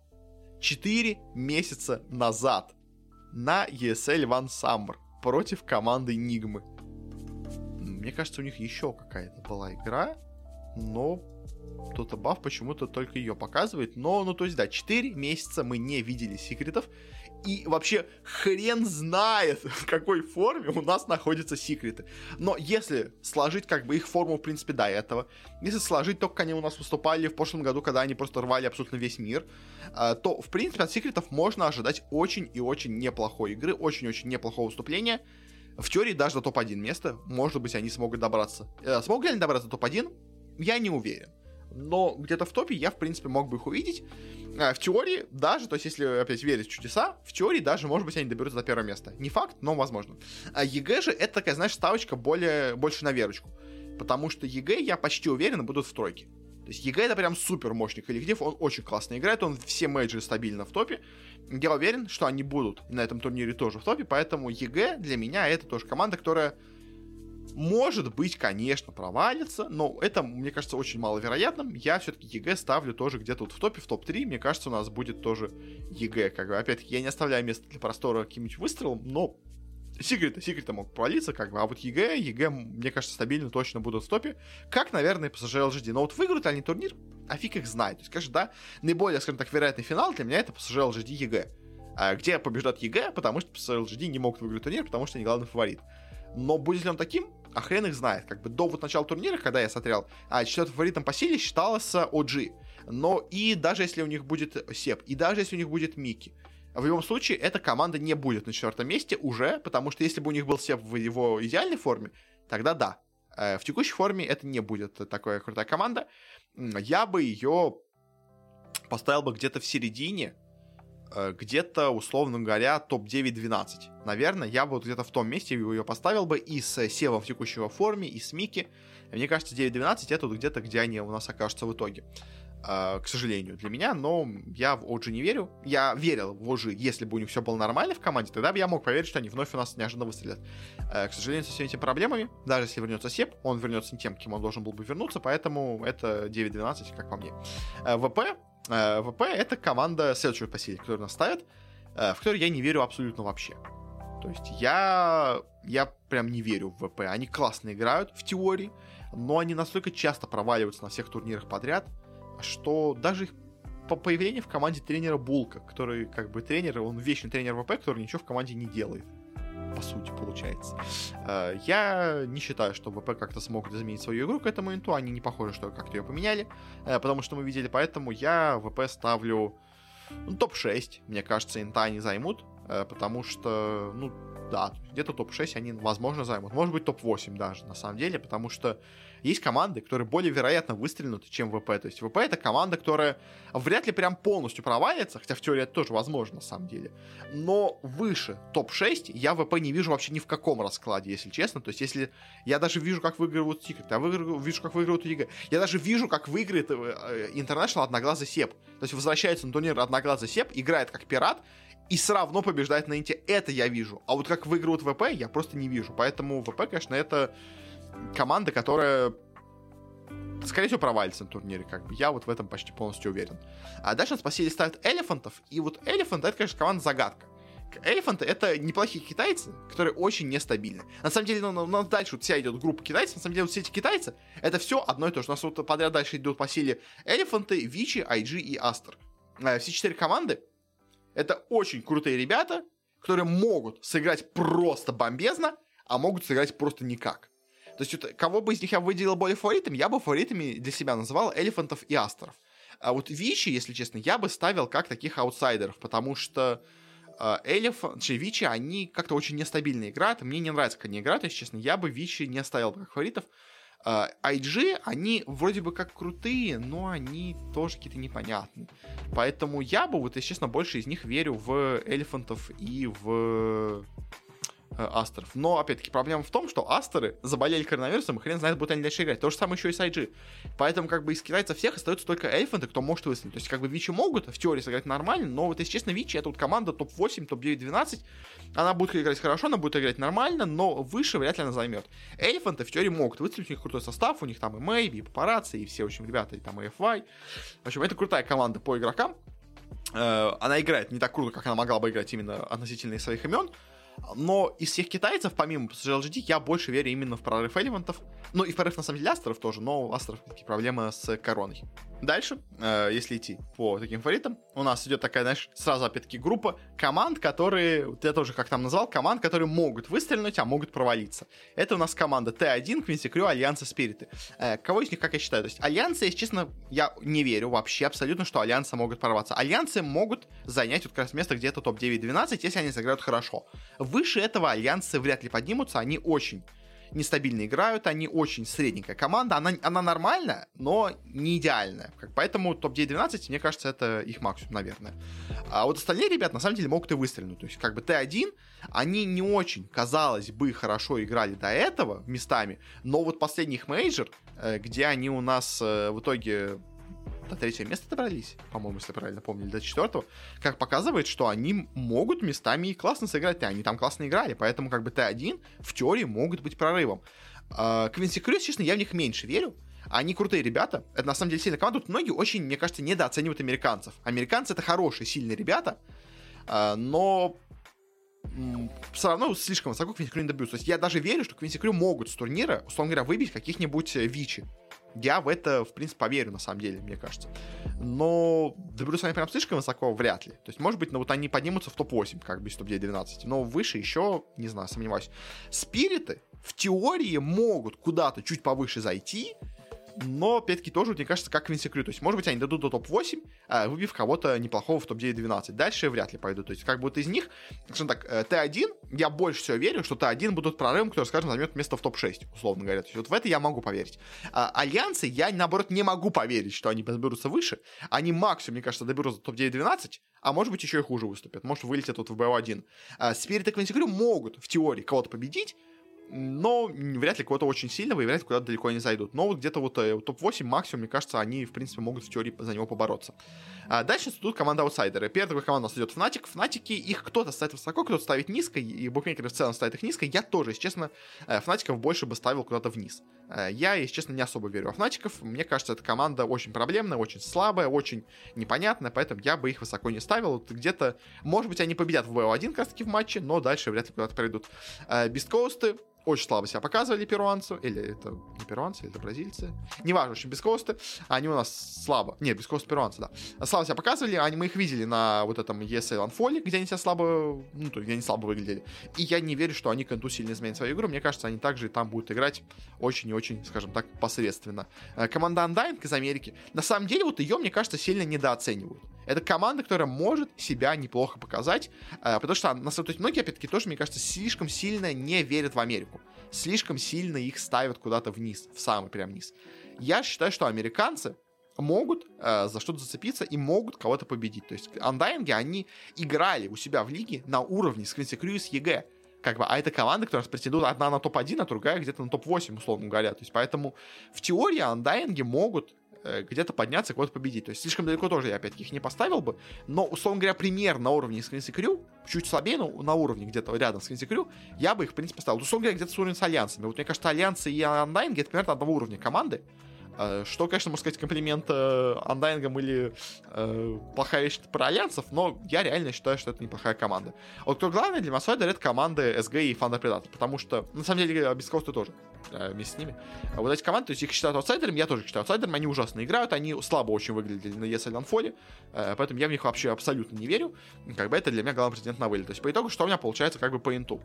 4 месяца назад на ESL One Summer против команды Нигмы. Мне кажется, у них еще какая-то была игра, но Dota Buff почему-то только ее показывает. Но, то есть, да, 4 месяца мы не видели Секретов. И вообще хрен знает, в какой форме у нас находятся Секреты. Но если сложить как бы их форму, в принципе, до этого, если сложить то, как они у нас выступали в прошлом году, когда они просто рвали абсолютно весь мир, то, в принципе, от Секретов можно ожидать очень и очень неплохой игры, очень-очень неплохого выступления. В теории даже до топ-1 места, может быть, они смогут добраться. Смогут ли они добраться до топ-1? Я не уверен. Но где-то в топе я, в принципе, мог бы их увидеть. В теории даже, то есть если опять верить в чудеса, в теории даже, может быть, они доберутся до первого места. Не факт, но возможно. А ЕГЭ же это такая, знаешь, ставочка больше на верочку. Потому что ЕГЭ, я почти уверен, будут в тройке. То есть ЕГЭ это прям супер мощный коллектив, он очень классно играет, он все мейджоры стабильно в топе. Я уверен, что они будут на этом турнире тоже в топе, поэтому ЕГЭ для меня это тоже команда, которая может быть, конечно, провалится, но это, мне кажется, очень маловероятным. Я все-таки ЕГЭ ставлю тоже где-то вот в топе, в топ-3. Мне кажется, у нас будет тоже ЕГЭ. Как бы, опять-таки, я не оставляю места для простора каким-нибудь выстрелом, но Секреты могут провалиться, как бы. А вот ЕГЭ, мне кажется, стабильно точно будут в топе. Как, наверное, PSG LGD. Но вот выиграют ли они турнир, а фиг их знает. То есть, конечно, да, наиболее, скажем так, вероятный финал для меня это PSG LGD ЕГЭ. Где побеждает ЕГЭ, потому что PSG LGD не могут выиграть турнир, потому что они главный фаворит. Но будет ли он таким? А хрен их знает. Как бы до вот начала турнира, когда я смотрел, четвертым фаворитом по силе считалось OG. Но и даже если у них будет Сеп, и даже если у них будет Микки, в любом случае эта команда не будет на четвертом месте уже, потому что если бы у них был Сеп в его идеальной форме, тогда да. В текущей форме это не будет такая крутая команда. Я бы ее поставил бы где-то в середине, где-то, условно говоря, топ-9-12. Наверное, я вот где-то в том месте ее поставил бы и с Севом в текущей форме, и с Мики. Мне кажется, 9-12 это вот где-то, где они у нас окажутся в итоге. К сожалению, для меня, но я в OG не верю. Я верил в OG, если бы у них все было нормально в команде, тогда бы я мог поверить, что они вновь у нас неожиданно выстрелят. К сожалению, со всеми этими проблемами, даже если вернется Сеп, он вернется не тем, кем он должен был бы вернуться, поэтому это 9-12, как по мне. ВП это команда следующего по силе, которую нас ставят, в которой я не верю абсолютно вообще. То есть я прям не верю в ВП. Они классно играют в теории, но они настолько часто проваливаются на всех турнирах подряд, что даже их по появлению в команде тренера Булка, который как бы тренер, он вечный тренер ВП, который ничего в команде не делает. По сути, получается. Я не считаю, что ВП как-то смогут изменить свою игру к этому инту. Они не похожи, что как-то ее поменяли, потому что мы видели. Поэтому я ВП ставлю топ-6. Мне кажется, инта они займут, потому что, да, где-то топ-6 они, возможно, займут. Может быть, топ-8 даже, на самом деле, потому что есть команды, которые более вероятно выстрелят, чем ВП. То есть ВП — это команда, которая вряд ли прям полностью провалится, хотя в теории это тоже возможно, на самом деле. Но выше топ-6 я ВП не вижу вообще ни в каком раскладе, если честно. То есть если я даже вижу, как выигрывают Secret, я вижу, как выигрывают ЕГЭ, я даже вижу, как выиграет International Одноглазый Сеп. То есть возвращается на турнир Одноглазый Сеп, играет как пират, и все равно побеждает на инте. Это я вижу. А вот как выигрывают ВП, я просто не вижу. Поэтому ВП, конечно, это команда, которая, скорее всего, провалится на турнире. Как бы. Я вот в этом почти полностью уверен. А дальше нас по силе ставят Элефантов. И вот Элефант — это, конечно, команда-загадка. Элефанты — это неплохие китайцы, которые очень нестабильны. На самом деле, у нас дальше вот вся идет группа китайцев. На самом деле, вот все эти китайцы — это все одно и то же. У нас вот подряд дальше идут по силе Элефанты, Вичи, IG и Астер. Все 4 команды — это очень крутые ребята, которые могут сыграть просто бомбезно, а могут сыграть просто никак. То есть, вот, кого бы из них я выделил более фаворитами, я бы фаворитами для себя называл Элефантов и Астеров. А вот Вичи, если честно, я бы ставил как таких аутсайдеров, потому что Вичи, они как-то очень нестабильно играют, мне не нравится, как они играют, если честно, я бы Вичи не ставил как фаворитов. IG, они вроде бы как крутые, но они тоже какие-то непонятные. Поэтому я бы, вот, если честно, больше из них верю в Элефантов и в Астеров. Но, опять-таки, проблема в том, что Астеры заболели коронавирусом, и хрен знает, будут они дальше играть. То же самое еще и с IG. Поэтому, как бы, из китайцев всех остаются только Элефанты, кто может выстрелить. То есть, как бы, Вичи могут в теории сыграть нормально, но, вот, если честно, Вичи — это вот команда топ-8, топ-9, 12. Она будет играть хорошо, она будет играть нормально, но выше вряд ли она займет. Элефанты в теории могут выстрелить, у них крутой состав, у них там и Мэйби, и Папарацци, и все, в общем, ребята, и там и FY. В общем, это крутая команда по игрокам. Она играет не так круто, как она могла бы играть именно относительно своих имен. Но из всех китайцев, помимо LGD, я больше верю именно в прорыв Элефантов. Ну и в прорыв, на самом деле, Астеров тоже, но у Астеров такие проблемы с короной. Дальше, если идти по таким фаворитам, у нас идет такая, знаешь, сразу опять-таки группа команд, которые, я тоже как там назвал, команд, которые могут выстрелить, а могут провалиться. Это у нас команда Т1, Квинси Крю, Альянсы, Спириты. Кого из них, как я считаю? То есть Альянсы, если честно, я не верю вообще абсолютно, что Альянсы могут прорваться. Альянсы могут занять вот как раз место где-то топ-9-12, если они сыграют хорошо. Выше этого Альянсы вряд ли поднимутся, они очень нестабильно играют, они очень средненькая команда, она нормальная, но не идеальная. Поэтому топ-9-12, мне кажется, это их максимум, наверное. А вот остальные ребята, на самом деле, могут и выстрелить. То есть, как бы Т1, они не очень, казалось бы, хорошо играли до этого местами, но вот последний их мейджор, где они у нас в итоге до 3-го места добрались, по-моему, если я правильно помню, или до 4-го, как показывает, что они могут местами и классно сыграть, и они там классно играли, поэтому как бы Т1 в теории могут быть прорывом. Квинси Крю, честно, я в них меньше верю. Они крутые ребята, это на самом деле сильная команда. Тут многие очень, мне кажется, недооценивают американцев. Американцы — это хорошие, сильные ребята, но все равно слишком высоко Квинси Крю не добьются. То есть я даже верю, что Квинси Крю могут с турнира, условно говоря, выбить каких-нибудь Вичи. Я в это, в принципе, поверю, на самом деле, мне кажется. Но доберутся они прям слишком высоко, вряд ли. То есть, может быть, вот они поднимутся в топ-8, как бы, из топ-9-12. Но выше еще, не знаю, сомневаюсь. Спириты в теории могут куда-то чуть повыше зайти, Но, опять-таки, тоже, мне кажется, как Квинси-Крю. То есть, может быть, они дойдут до топ-8, выбив кого-то неплохого в топ-9-12. Дальше вряд ли пойдут. То есть, как бы вот из них, скажем так, Т1, я больше всего верю, что Т1 будут прорывом, который, скажем, займет место в топ-6, условно говоря. То есть, вот в это я могу поверить. Альянсы я, наоборот, не могу поверить, что они доберутся выше. Они максимум, мне кажется, доберутся до топ-9-12, а может быть, еще и хуже выступят. Может, вылетят вот в БО1. Спирит и Квинси-Крю могут, в теории, кого-то победить, но вряд ли кого-то очень сильного, и вряд ли куда-то далеко они зайдут. Но вот где-то вот топ-8 максимум, мне кажется, они, в принципе, могут в теории за него побороться. Дальше тут команда аутсайдеры. Первая команда у нас идет Fnatic. Фнатики, их кто-то ставит высоко, кто-то ставит низко, и букмекеры в целом ставят их низко. Я тоже, если честно, Фнатиков больше бы ставил куда-то вниз. Я, если честно, не особо верю в Фнатиков. Мне кажется, эта команда очень проблемная, очень слабая, очень непонятная, поэтому я бы их высоко не ставил. Вот где-то, может быть, они победят в BO1 как раз таки в матче, но дальше вряд ли куда-то пройдут. Бисткоусты очень слабо себя показывали перуанцы, или это не перуанцы, или это бразильцы, неважно, в общем, бискосты, они у нас слабо, нет, бискосты перуанцы, да, слабо себя показывали, мы их видели на вот этом ESL Unfold, где они себя слабо, ну, то есть, где они слабо выглядели, и я не верю, что они к Инту сильно изменят свою игру, мне кажется, они также там будут играть очень и очень, скажем так, посредственно. Команда Undying из Америки, на самом деле, вот ее, мне кажется, сильно недооценивают. Это команда, которая может себя неплохо показать, потому что то есть многие, опять-таки, тоже, мне кажется, слишком сильно не верят в Америку. Слишком сильно их ставят куда-то вниз, в самый прям низ. Я считаю, что американцы могут за что-то зацепиться и могут кого-то победить. То есть Undying, они играли у себя в лиге на уровне с Квинси-Крю и с ЕГЭ. Как бы, а это команда, которая претендует одна на топ-1, а другая где-то на топ-8, условно говоря. То есть поэтому в теории Undying могут где-то подняться, кого-то победить. То есть слишком далеко тоже я, опять-таки, их не поставил бы. Но, условно говоря, пример на уровне с Квинси-Крю, чуть слабее, но на уровне где-то рядом с Квинси-Крю, я бы их, в принципе, поставил. Условно говоря, где-то с уровнем с Альянсами. Вот мне кажется, Альянсы и Undying — это примерно одного уровня команды. Что, конечно, можно сказать, комплимент Undying'ам или плохая вещь про Альянсов, но я реально считаю, что это неплохая команда. Вот кто главный для Масойдер — это команды SG и Thunder Predator, потому что, на самом деле, Бискосты тоже вместе с ними. Вот эти команды, то есть их считают аутсайдерами, я тоже их считаю аутсайдерами, они ужасно играют, они слабо очень выглядели на ESL Unfold, поэтому я в них вообще абсолютно не верю. Как бы это для меня главный претендент на вылет. То есть по итогу, что у меня получается как бы по инту?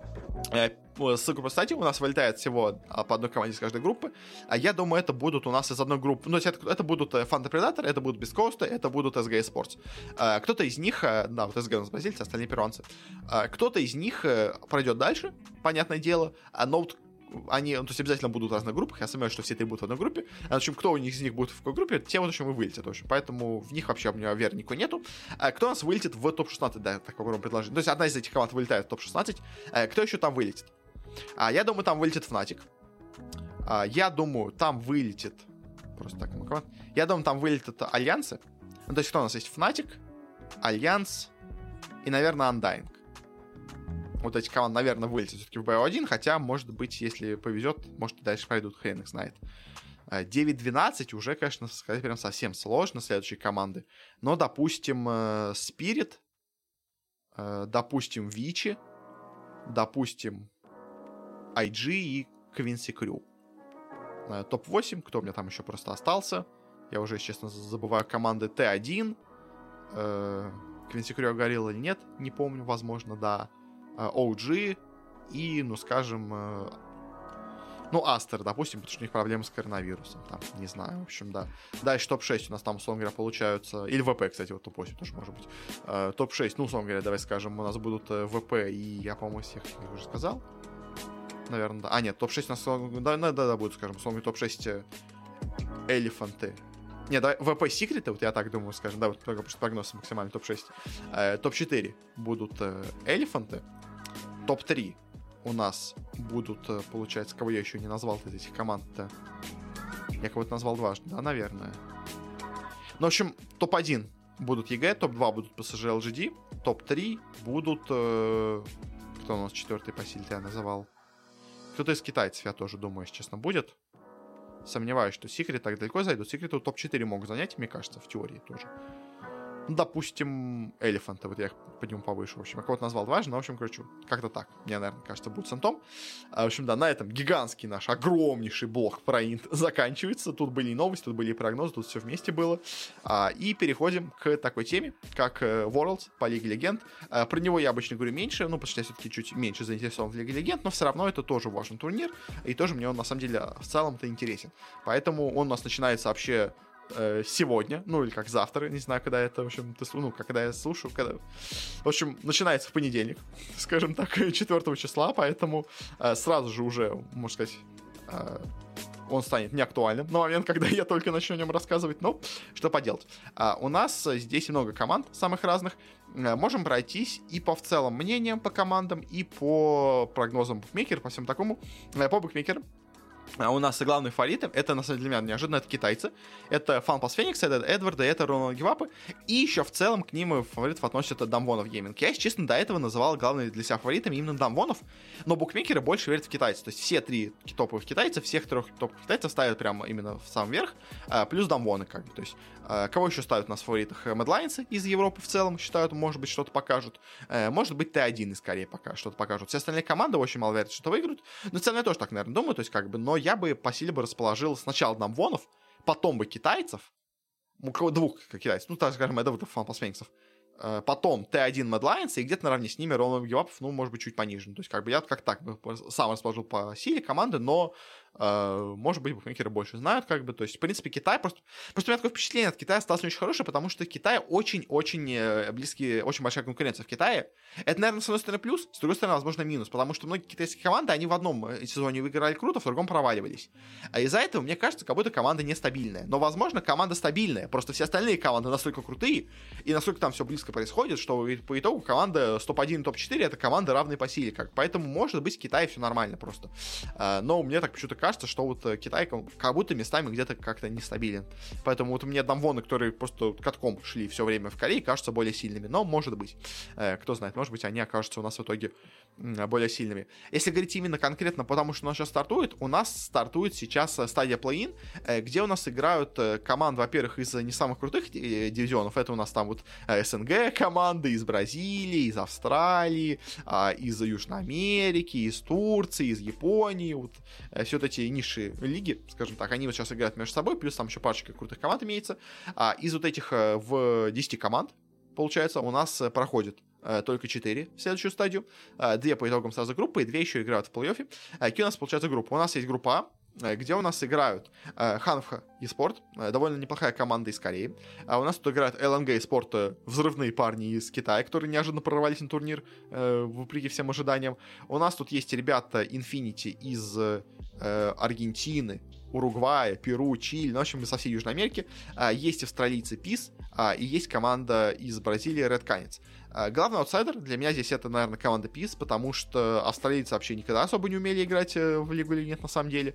С группы статьи у нас вылетает всего по одной команде из каждой группы. Я думаю, это будут у нас из одной группы. Ну, это будут Thunder Predator, это будут Бискосты, это будут SG Sports. Кто-то из них, да, вот SG у нас бразильцы, остальные перуанцы. Кто-то из них пройдет дальше, понятное дело, но вот они, то есть обязательно будут в разных группах. Я сомневаюсь, что все три будут в одной группе. В общем, кто из них будет в какой группе, те, в общем, и вылетят. В общем. Поэтому в них вообще у меня веры никакой нету. Кто у нас вылетит в топ-16, да, так попробуем предложить. То есть одна из этих команд вылетает в топ-16. Кто еще там вылетит? Я думаю, там вылетит Fnatic. Я думаю, там вылетит... Просто так, команд. Я думаю, там вылетят Альянсы. Ну, то есть кто у нас есть? Fnatic, Альянс и, наверное, Undying. Вот эти команды, наверное, вылетят все-таки в BO1, хотя, может быть, если повезет, может, и дальше пройдут, хрен их знает. 9-12 уже, конечно, сказать прям совсем сложно, следующие команды. Но, допустим, Spirit, допустим, Вичи, допустим, IG и Квинси-Крю. Топ-8, кто у меня там еще просто остался? Я уже, честно, забываю команды Т1. Квинси-Крю горел или нет, не помню, возможно, да. OG и, ну, скажем, ну, Астер, допустим, потому что у них проблемы с коронавирусом, там, не знаю, в общем, да. Дальше топ-6 у нас там, условно говоря, получаются, или ВП, кстати, вот топ-8 тоже может быть. Топ-6, ну, условно говоря, давай скажем, у нас будут ВП и, я, по-моему, всех их уже сказал. Наверное, да. Нет, топ-6 у нас, да, будет, скажем, условно говоря, топ-6 Элефанты. Не, давай, ВП Секреты, вот я так думаю, скажем, да, вот только просто прогноз максимальный топ-6. Топ-4 будут Элефанты. Топ-3 у нас будут, получается, кого я еще не назвал из этих команд-то. Я кого-то назвал дважды, да, наверное. Ну, в общем, топ-1 будут ЕГЭ, топ-2 будут PSG LGD, топ-3 будут... кто у нас четвертый по силе я называл? Кто-то из китайцев, я тоже думаю, если честно, будет. Сомневаюсь, что Секрет так далеко зайдут. Секреты топ-4 могут занять, мне кажется, в теории тоже. допустим, Elephant, вот я их подниму повыше, в общем, я кого-то назвал дважды, но, в общем, короче, как-то так, мне, наверное, кажется, будет с Интом. В общем, да, на этом гигантский наш, огромнейший блок про Инт заканчивается, тут были и новости, тут были и прогнозы, тут все вместе было, и переходим к такой теме, как Worlds по Лиге Легенд. Про него я обычно говорю меньше, ну, потому что я все-таки чуть меньше заинтересован в Лиге Легенд, но все равно это тоже важный турнир, и тоже мне он, на самом деле, в целом-то интересен. Поэтому он у нас начинается вообще сегодня, ну или как завтра, не знаю, когда это, в общем, когда я слушаю, когда... В общем, начинается в понедельник, скажем так, 4 числа, поэтому сразу же уже, можно сказать, он станет неактуальным на момент, когда я только начну о нем рассказывать, но что поделать. У нас здесь много команд самых разных, можем пройтись и по в целом мнениям по командам, и по прогнозам букмекеров, по всему такому, по букмекерам. У нас главные фавориты, это, на самом деле, для меня неожиданно, это китайцы. Это Funpulse Phoenix, это Эдвард, это Ронald Гивапы. И еще в целом к ним фаворитов относят Дамвонов Гейминг. Я, если честно, до этого называл главными для себя фаворитами именно Дамвонов, но букмекеры больше верят в китайцев. То есть все 3 топовых китайца, всех 3 топовых китайцев ставят прямо именно в самый верх, плюс Дамвоны, как бы. То есть кого еще ставят у нас в фаворитах? Mad Lions из Европы в целом считают, может быть, что-то покажут. Может быть, Т1 скорее пока что-то покажут. Все остальные команды очень мало верят, что выиграют. Но в целом я тоже так, наверное, думаю. То есть, как бы, но я бы по силе бы расположил сначала Дамвонов, потом бы китайцев, у кого 2 китайцев, ну, так скажем, это вот Funpulse Phoenix, потом Т1 Mad Lions, и где-то наравне с ними Ронald Гивапов, ну, может быть, чуть пониже. То есть, как бы, я как так бы сам расположил по силе команды, но может быть, букмекеры больше знают, как бы, то есть, в принципе, Китай просто у меня такое впечатление от Китая осталось не очень хорошее, потому что Китай очень-очень близкий, очень большая конкуренция в Китае. Это, наверное, с одной стороны плюс, с другой стороны, возможно, минус, потому что многие китайские команды, они в одном сезоне выиграли круто, в другом проваливались. А из-за этого, мне кажется, как будто команда нестабильная. Но, возможно, команда стабильная, просто все остальные команды настолько крутые, и настолько там все близко происходит, что по итогу команда топ-1 и топ-4 это команды равной по силе, как. Поэтому, может быть, в Китае все нормально просто. Но мне так почему-то кажется, что вот Китай как будто местами где-то как-то нестабилен. Поэтому вот мне Дамвоны, которые просто катком шли все время в Корее, кажутся более сильными. Но, может быть, кто знает, может быть, они окажутся у нас в итоге более сильными. Если говорить именно конкретно, потому что у нас сейчас стартует сейчас стадия плей-ин, где у нас играют команды, во-первых, из не самых крутых дивизионов. Это у нас там вот СНГ команды из Бразилии, из Австралии, из Южной Америки, из Турции, из Японии. Вот все вот эти ниши лиги, скажем так, они вот сейчас играют между собой, плюс там еще парочка крутых команд имеется. Из вот этих в 10 команд, получается, у нас проходит только 4 в следующую стадию. 2 по итогам сразу группы, и 2 еще играют в плей-оффе. Какие у нас получается группа? У нас есть группа А, где у нас играют Hanwha eSport, довольно неплохая команда из Кореи. У нас тут играют LNG eSport, взрывные парни из Китая, которые неожиданно прорвались на турнир, вопреки всем ожиданиям. У нас тут есть ребята Infinity из Аргентины, Уругвая, Перу, Чили, ну, в общем, со всей Южной Америки. Есть австралийцы PIS, и есть команда из Бразилии Red Canids. Главный аутсайдер для меня здесь это, наверное, команда PIS, потому что австралийцы вообще никогда особо не умели играть в Лигу или нет, на самом деле.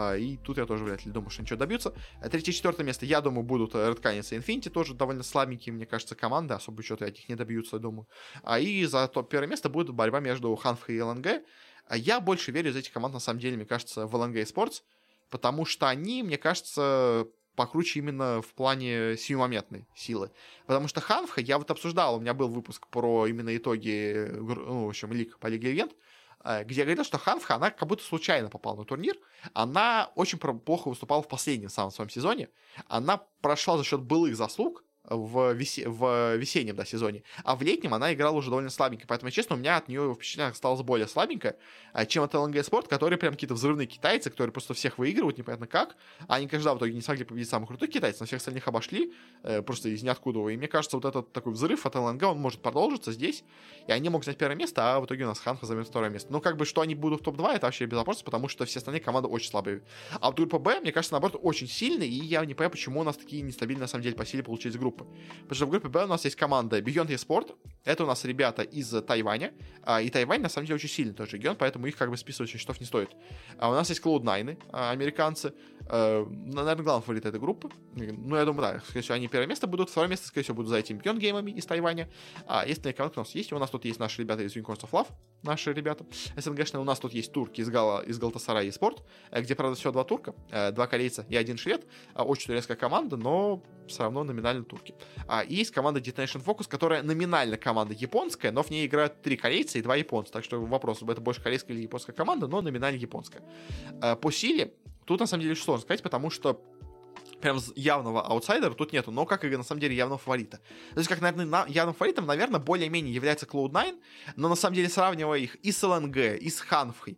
И тут я тоже вряд ли думаю, что ничего добьются. 3-4 место, я думаю, будут Red Canids и Infinity, тоже довольно слабенькие, мне кажется, команды, особо что-то от них не добьются, я думаю. И за первое место будет борьба между Hanwha и LNG. Я больше верю из этих команд, на самом деле, мне кажется, в LNG Sports, потому что они, мне кажется, покруче именно в плане сиюмоментной силы. Потому что Hanwha, я вот обсуждал, у меня был выпуск про именно итоги, ну, в общем, лиг по Лиге Легенд, где я говорил, что Hanwha, она как будто случайно попала на турнир, она очень плохо выступала в последнем самом своем сезоне, она прошла за счет былых заслуг в весеннем, да, сезоне, а в летнем она играла уже довольно слабенько, поэтому, честно, у меня от нее впечатление осталось более слабенькое, чем от LNG Sport, которые прям какие-то взрывные китайцы, которые просто всех выигрывают, непонятно как, они, конечно, в итоге не смогли победить самых крутых китайцев, но всех остальных обошли, просто из ниоткуда, и мне кажется, вот этот такой взрыв от LNG, он может продолжиться здесь, и они могут занять первое место, а в итоге у нас Hanwha займет второе место. Ну, как бы, что они будут в топ-2, это вообще без вопросов, потому что все остальные команды очень слабые. А вот группа Б, мне кажется, наоборот, очень сильная, и я не понимаю, почему у нас такие нестабильные, на самом деле, по силе получились группы. Потому что в группе Б у нас есть команда Beyond eSport, это у нас ребята из Тайваня, и Тайвань, на самом деле, очень сильный тоже регион, поэтому их как бы списывать со счетов не стоит. У нас есть Cloud9, американцы, наверное, главный фаворит этой группы. Ну, я думаю, да, скорее всего, они первое место будут, второе место, скорее всего, будут за этими Beyond геймами из Тайваня. Есть команда, у нас есть, у нас тут есть наши ребята из Unicorns of Love, наши ребята СНГшные, у нас тут есть турки из Galatasaray eSport, где, правда, всего 2 турка, 2 корейца и 1 швед, очень турецкая команда, но все равно номинально турки. И есть команда Detonation Focus, которая номинально команда японская, но в ней играют 3 корейца и 2 японца. Так что вопрос, это больше корейская или японская команда, но номинально японская. По силе тут на самом деле очень сложно сказать, потому что прям явного аутсайдера тут нету, но как и на самом деле явного фаворита. То есть, как, наверное, явным фаворитом, наверное, более-менее является Cloud9, но на самом деле, сравнивая их и с ЛНГ, и с Ханфой,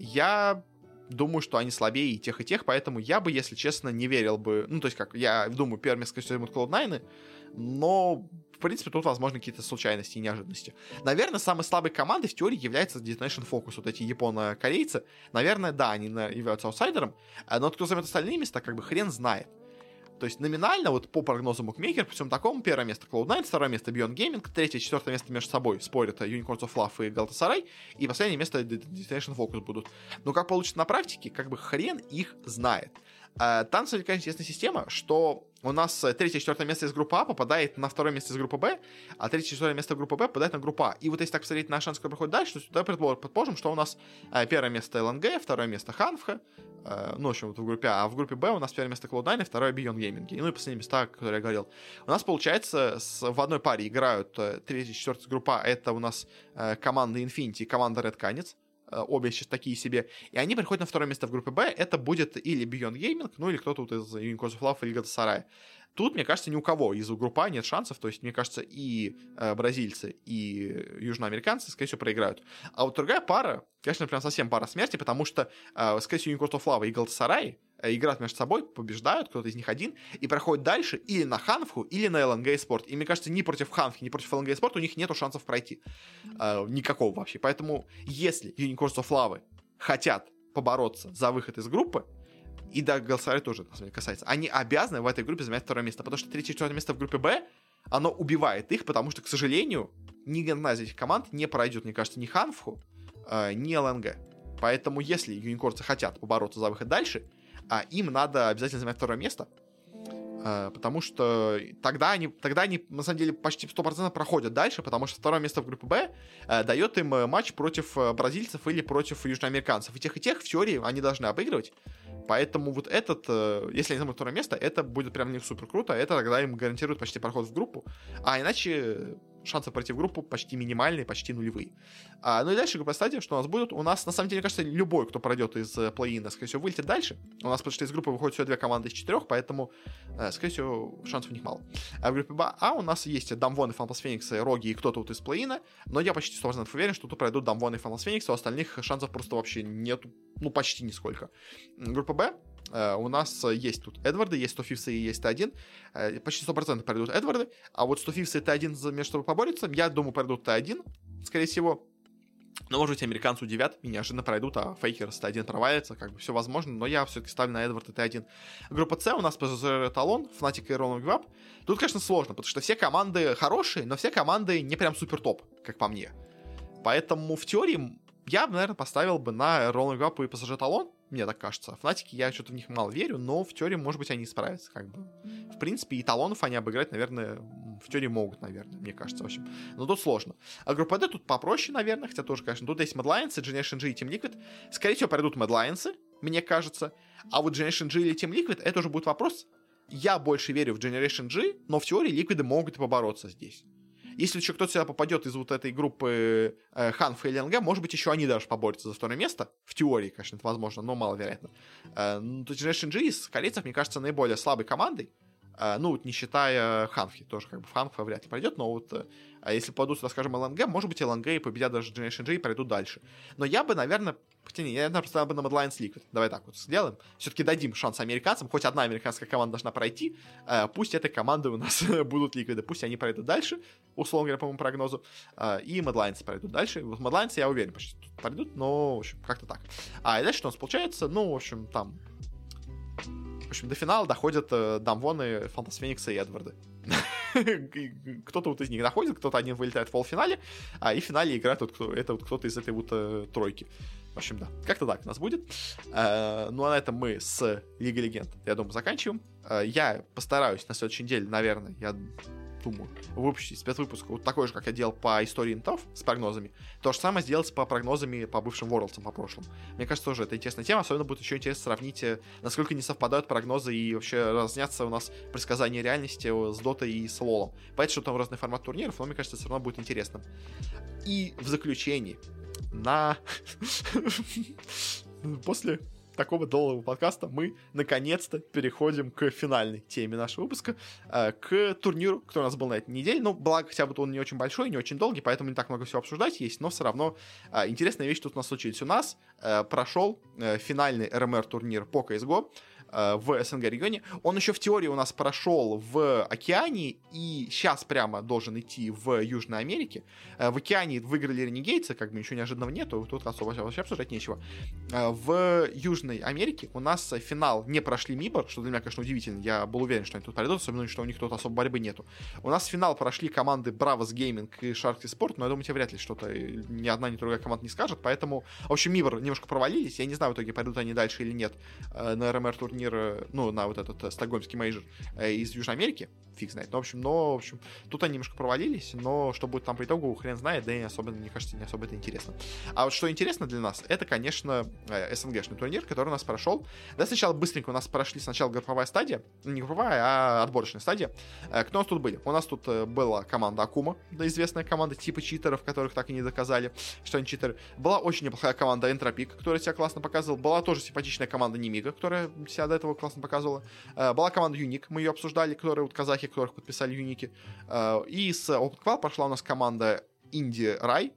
я думаю, что они слабее и тех, поэтому я бы, если честно, не верил бы. Ну, то есть, как, я думаю, первое место, скорее всего, займут Cloud9, но, в принципе, тут, возможно, какие-то случайности и неожиданности. Наверное, самой слабой командой в теории является Detonation Focus, вот эти японо-корейцы. Наверное, да, они являются аутсайдером, но кто займет остальные места, как бы хрен знает. То есть номинально, вот по прогнозу Bookmaker, по всему такому, первое место Cloud9, второе место Beyond Gaming, третье, четвертое место между собой спорят Unicorns of Love и Galatasaray, и последнее место Detonation Focus будут. Но как получится на практике, как бы хрен их знает. Там, кстати, конечно, интересная система, что у нас третье и четвертое место из группы А попадает на второе место из группы Б, а третье и четвертое место группы Б попадает на группу А. И вот если так посмотреть на шанс, который проходит дальше, то сюда предположим, что у нас первое место ЛНГ, второе место Ханфха, ну, в общем, вот в группе А, в группе Б у нас первое место Cloud9, второе Beyond Gaming, ну и последние места, которые я говорил. У нас, получается, в одной паре играют третья и четвертая группа, это у нас команда Infinity и команда Red Canids. Обе сейчас такие себе, и они приходят на второе место в группе Б, это будет или Beyond Gaming, ну или кто-то вот из Unicorns of Love или Galatasaray. Тут, мне кажется, ни у кого из группы А нет шансов, то есть, мне кажется, и бразильцы, и южноамериканцы, скорее всего, проиграют. А вот другая пара, конечно, прям совсем пара смерти, потому что, скорее всего, Unicorns of Love и Galatasaray играют между собой, побеждают, кто-то из них один, и проходят дальше или на Ханфу, или на ЛНГ Sport. И мне кажется, ни против Ханфи, ни против ЛНГ Sport у них нету шансов пройти. Никакого вообще. Поэтому, если Unicorns of Love хотят побороться за выход из группы, и да, Galatasaray тоже, на самом деле, касается, они обязаны в этой группе занимать второе место, потому что третье и четвертое место в группе Б, оно убивает их, потому что, к сожалению, ни одна из этих команд не пройдет, мне кажется, ни Ханфу, ни ЛНГ. Поэтому, если юникорцы хотят побороться за выход дальше, им надо обязательно занимать второе место, потому что тогда они, на самом деле, почти 100% проходят дальше, потому что второе место в группе Б дает им матч против бразильцев или против южноамериканцев. И тех, в теории, они должны обыгрывать. Поэтому вот этот, если они займут второе место, это будет прям не супер круто, это тогда им гарантирует почти проход в группу, а иначе шансы пройти в группу почти минимальные, почти нулевые. Ну и дальше группа стадия, что у нас будет? У нас, на самом деле, кажется, любой, кто пройдет из плей-ина, скорее всего, вылетит дальше. У нас, потому что из группы выходят всего 2 команды из 4, поэтому, скорее всего, шансов у них мало. А в группе А у нас есть Дамвон и Фанлас Феникс, Роги и кто-то вот из плей-ина, но я почти 100% уверен, что тут пройдут Дамвон и Фанлас Феникс, у остальных шансов просто вообще нету, ну, почти нисколько. Группа Б, у нас есть тут Эдварды, есть 100 Фифсы и есть Т1. Почти 100% пройдут Эдварды, а вот 100 Фифсы и Т1 между собой поборются. Я думаю, пройдут Т1, скорее всего. Но, может быть, американцы удивят и неожиданно пройдут, а Фейкер с Т1 провалится, как бы все возможно, но я все-таки ставлю на Эдвард и Т1. Группа С у нас ПЗЗ Талон, Фнатик и Ронald Гваб. Тут, конечно, сложно, потому что все команды хорошие, но все команды не прям супер топ, как по мне. Поэтому в теории я бы, наверное, поставил бы на Ронald Гваб и ПЗЖ Талон, мне так кажется. Фнатики, я что-то в них мало верю, но в теории, может быть, они справятся, как бы. В принципе, и талонов они обыграть, наверное, в теории могут, наверное, мне кажется, в общем. Но тут сложно. А группа D тут попроще, наверное, хотя тоже, конечно, тут есть Mad Lions, Generation G и Team Liquid. Скорее всего, пройдут Mad Lions, мне кажется. А вот Generation G или Team Liquid, это уже будет вопрос. Я больше верю в Generation G, но в теории Ликвиды могут и побороться здесь. Если еще кто-то сюда попадет из вот этой группы Ханф и ЛНГ, может быть, еще они даже поборются за второе место. В теории, конечно, это возможно, но маловероятно. Generation G из корейцев, мне кажется, наиболее слабой командой. Ну, вот не считая Ханфи, тоже как бы в Ханфа вряд ли пройдет, но вот если попадут сюда, скажем, ЛНГ, может быть, ЛНГ и победят даже Generation G и пройдут дальше. Но я бы, наверное, поставил бы на Mad Lions Liquid. Давай так вот сделаем. Все-таки дадим шанс американцам. Хоть одна американская команда должна пройти. Пусть этой команды у нас будут Ликвиды. Пусть они пройдут дальше, условно говоря, по моему прогнозу. И Mad Lions пройдут дальше. Вот Mad Lions, я уверен, почти пройдут, но, в общем, как-то так. И дальше что у нас получается? Ну, в общем, там... В общем, до финала доходят Дамвоны, Фантас Феникса и Эдварды. Кто-то вот из них доходит, кто-то один вылетает в полуфинале, и в финале играет кто-то из этой вот тройки. В общем, да, как-то так у нас будет. Ну, а на этом мы с Лигой Легенд, я думаю, заканчиваем. Я постараюсь на следующей неделе, наверное, я думаю, выпустить спецвыпуск вот такой же, как я делал по истории интов с прогнозами. То же самое сделать по прогнозами по бывшим Worlds'ам, по прошлым. Мне кажется, тоже это интересная тема. Особенно будет еще интересно сравнить, насколько не совпадают прогнозы и вообще разнятся у нас предсказания реальности с Дотой и с Лолом. Понятно, что там разный формат турниров, но мне кажется, все равно будет интересным. И в заключении, после такого долгого подкаста мы наконец-то переходим к финальной теме нашего выпуска, к турниру, который у нас был на этой неделе. Ну, благо, хотя бы он не очень большой, не очень долгий, поэтому не так много всего обсуждать есть, но все равно интересная вещь тут у нас случилась. У нас прошел финальный РМР-турнир по CSGO в СНГ регионе. Он еще в теории у нас прошел в Океании и сейчас прямо должен идти в Южной Америке. В Океании выиграли ренегейцы, как бы ничего неожиданного нету, тут особо вообще обсуждать нечего. В Южной Америке у нас финал не прошли МИБОР, что для меня, конечно, удивительно. Я был уверен, что они тут пройдут, особенно, что у них тут особо борьбы нету. У нас финал прошли команды Bravos Gaming и Shark Sport, но я думаю, тебе вряд ли что-то ни одна, ни другая команда не скажет, поэтому, в общем, МИБОР немножко провалились. Я не знаю, в итоге пойдут они дальше или нет на РМР-турнир, ну, на вот этот стокгольмский мейджор из Южной Америки, фиг знает. В общем, тут они немножко провалились, но что будет там по итогу, хрен знает, да и особо, мне кажется, не особо это интересно. А вот что интересно для нас, это, конечно, СНГшный турнир, который у нас прошел. Да, сначала быстренько у нас прошли сначала групповая стадия, не групповая, а отборочная стадия. Кто у нас тут были? У нас тут была команда Акума, да, известная команда типа читеров, которых так и не доказали, что они читеры. Была очень неплохая команда Энтропик, которая себя классно показывала. Была тоже симпатичная команда Немига, которая себя до этого классно показывала. Была команда Юник, мы ее обсуждали, которые вот казахи, которых подписали Юники. И с Open Qual пошла у нас команда Indie Rai,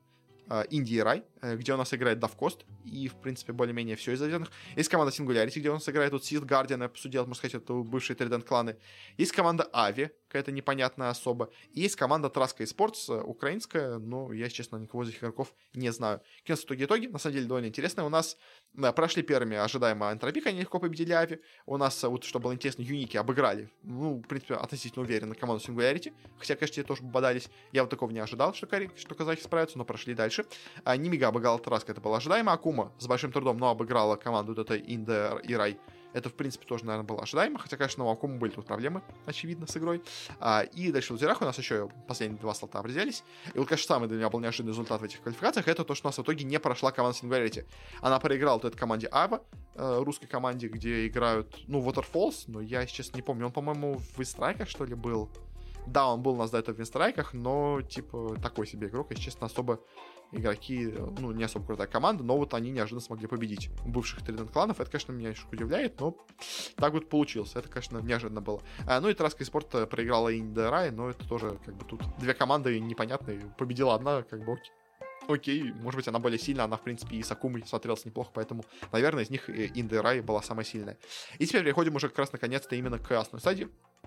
где у нас играет Давкост, и, в принципе, более-менее все из заведенных. Есть команда Singularity, где у нас играет тут Seed Guardian, я посудил, можно сказать, это бывшие Trident кланы. Есть команда Ави, какая-то непонятная особа. И есть команда Traska Esports, украинская, но я, честно, никого из этих игроков не знаю. Какие у нас итоги, на самом деле, довольно интересные. У нас прошли первыми ожидаемо Энтропик, они легко победили Ави. У нас, вот, что было интересно, Юники обыграли, ну, в принципе, относительно уверенно команду Singularity, хотя, конечно, те тоже бодались. Я вот такого не ожидал, что казахи справятся, но прошли дальше. Немига обыграла Traska, это было ожидаемо. Акума с большим трудом, но обыграла команду вот этой Инде и Рай. Это, в принципе, тоже, наверное, было ожидаемо. Хотя, конечно, у Акумы были тут проблемы, очевидно, с игрой. И дальше в лузерах у нас еще последние 2 слота определялись. И вот, конечно, самый для меня был неожиданный результат в этих квалификациях. Это то, что у нас в итоге не прошла команда Singularity. Она проиграла вот этой команде Ава, русской команде, где играют, ну, Waterfalls. Но я, если честно, не помню. Он, по-моему, в Винстрайках, что ли, был. Да, он был у нас до этого в Винстрайках, но, типа, такой себе игрок. Если честно, особо игроки, ну, не особо крутая команда, но вот они неожиданно смогли победить бывших Trident кланов. Это, конечно, меня немножко удивляет, но так вот получилось. Это, конечно, неожиданно было. Ну и Traska Sport проиграла Indie Rai, но это тоже, как бы, тут две команды непонятные. Победила одна, как бы, окей, может быть, она более сильная, она, в принципе, и с Акумой смотрелась неплохо, поэтому, наверное, из них Indie Rai была самая сильная. И теперь переходим уже как раз, наконец-то, именно к основной стадии.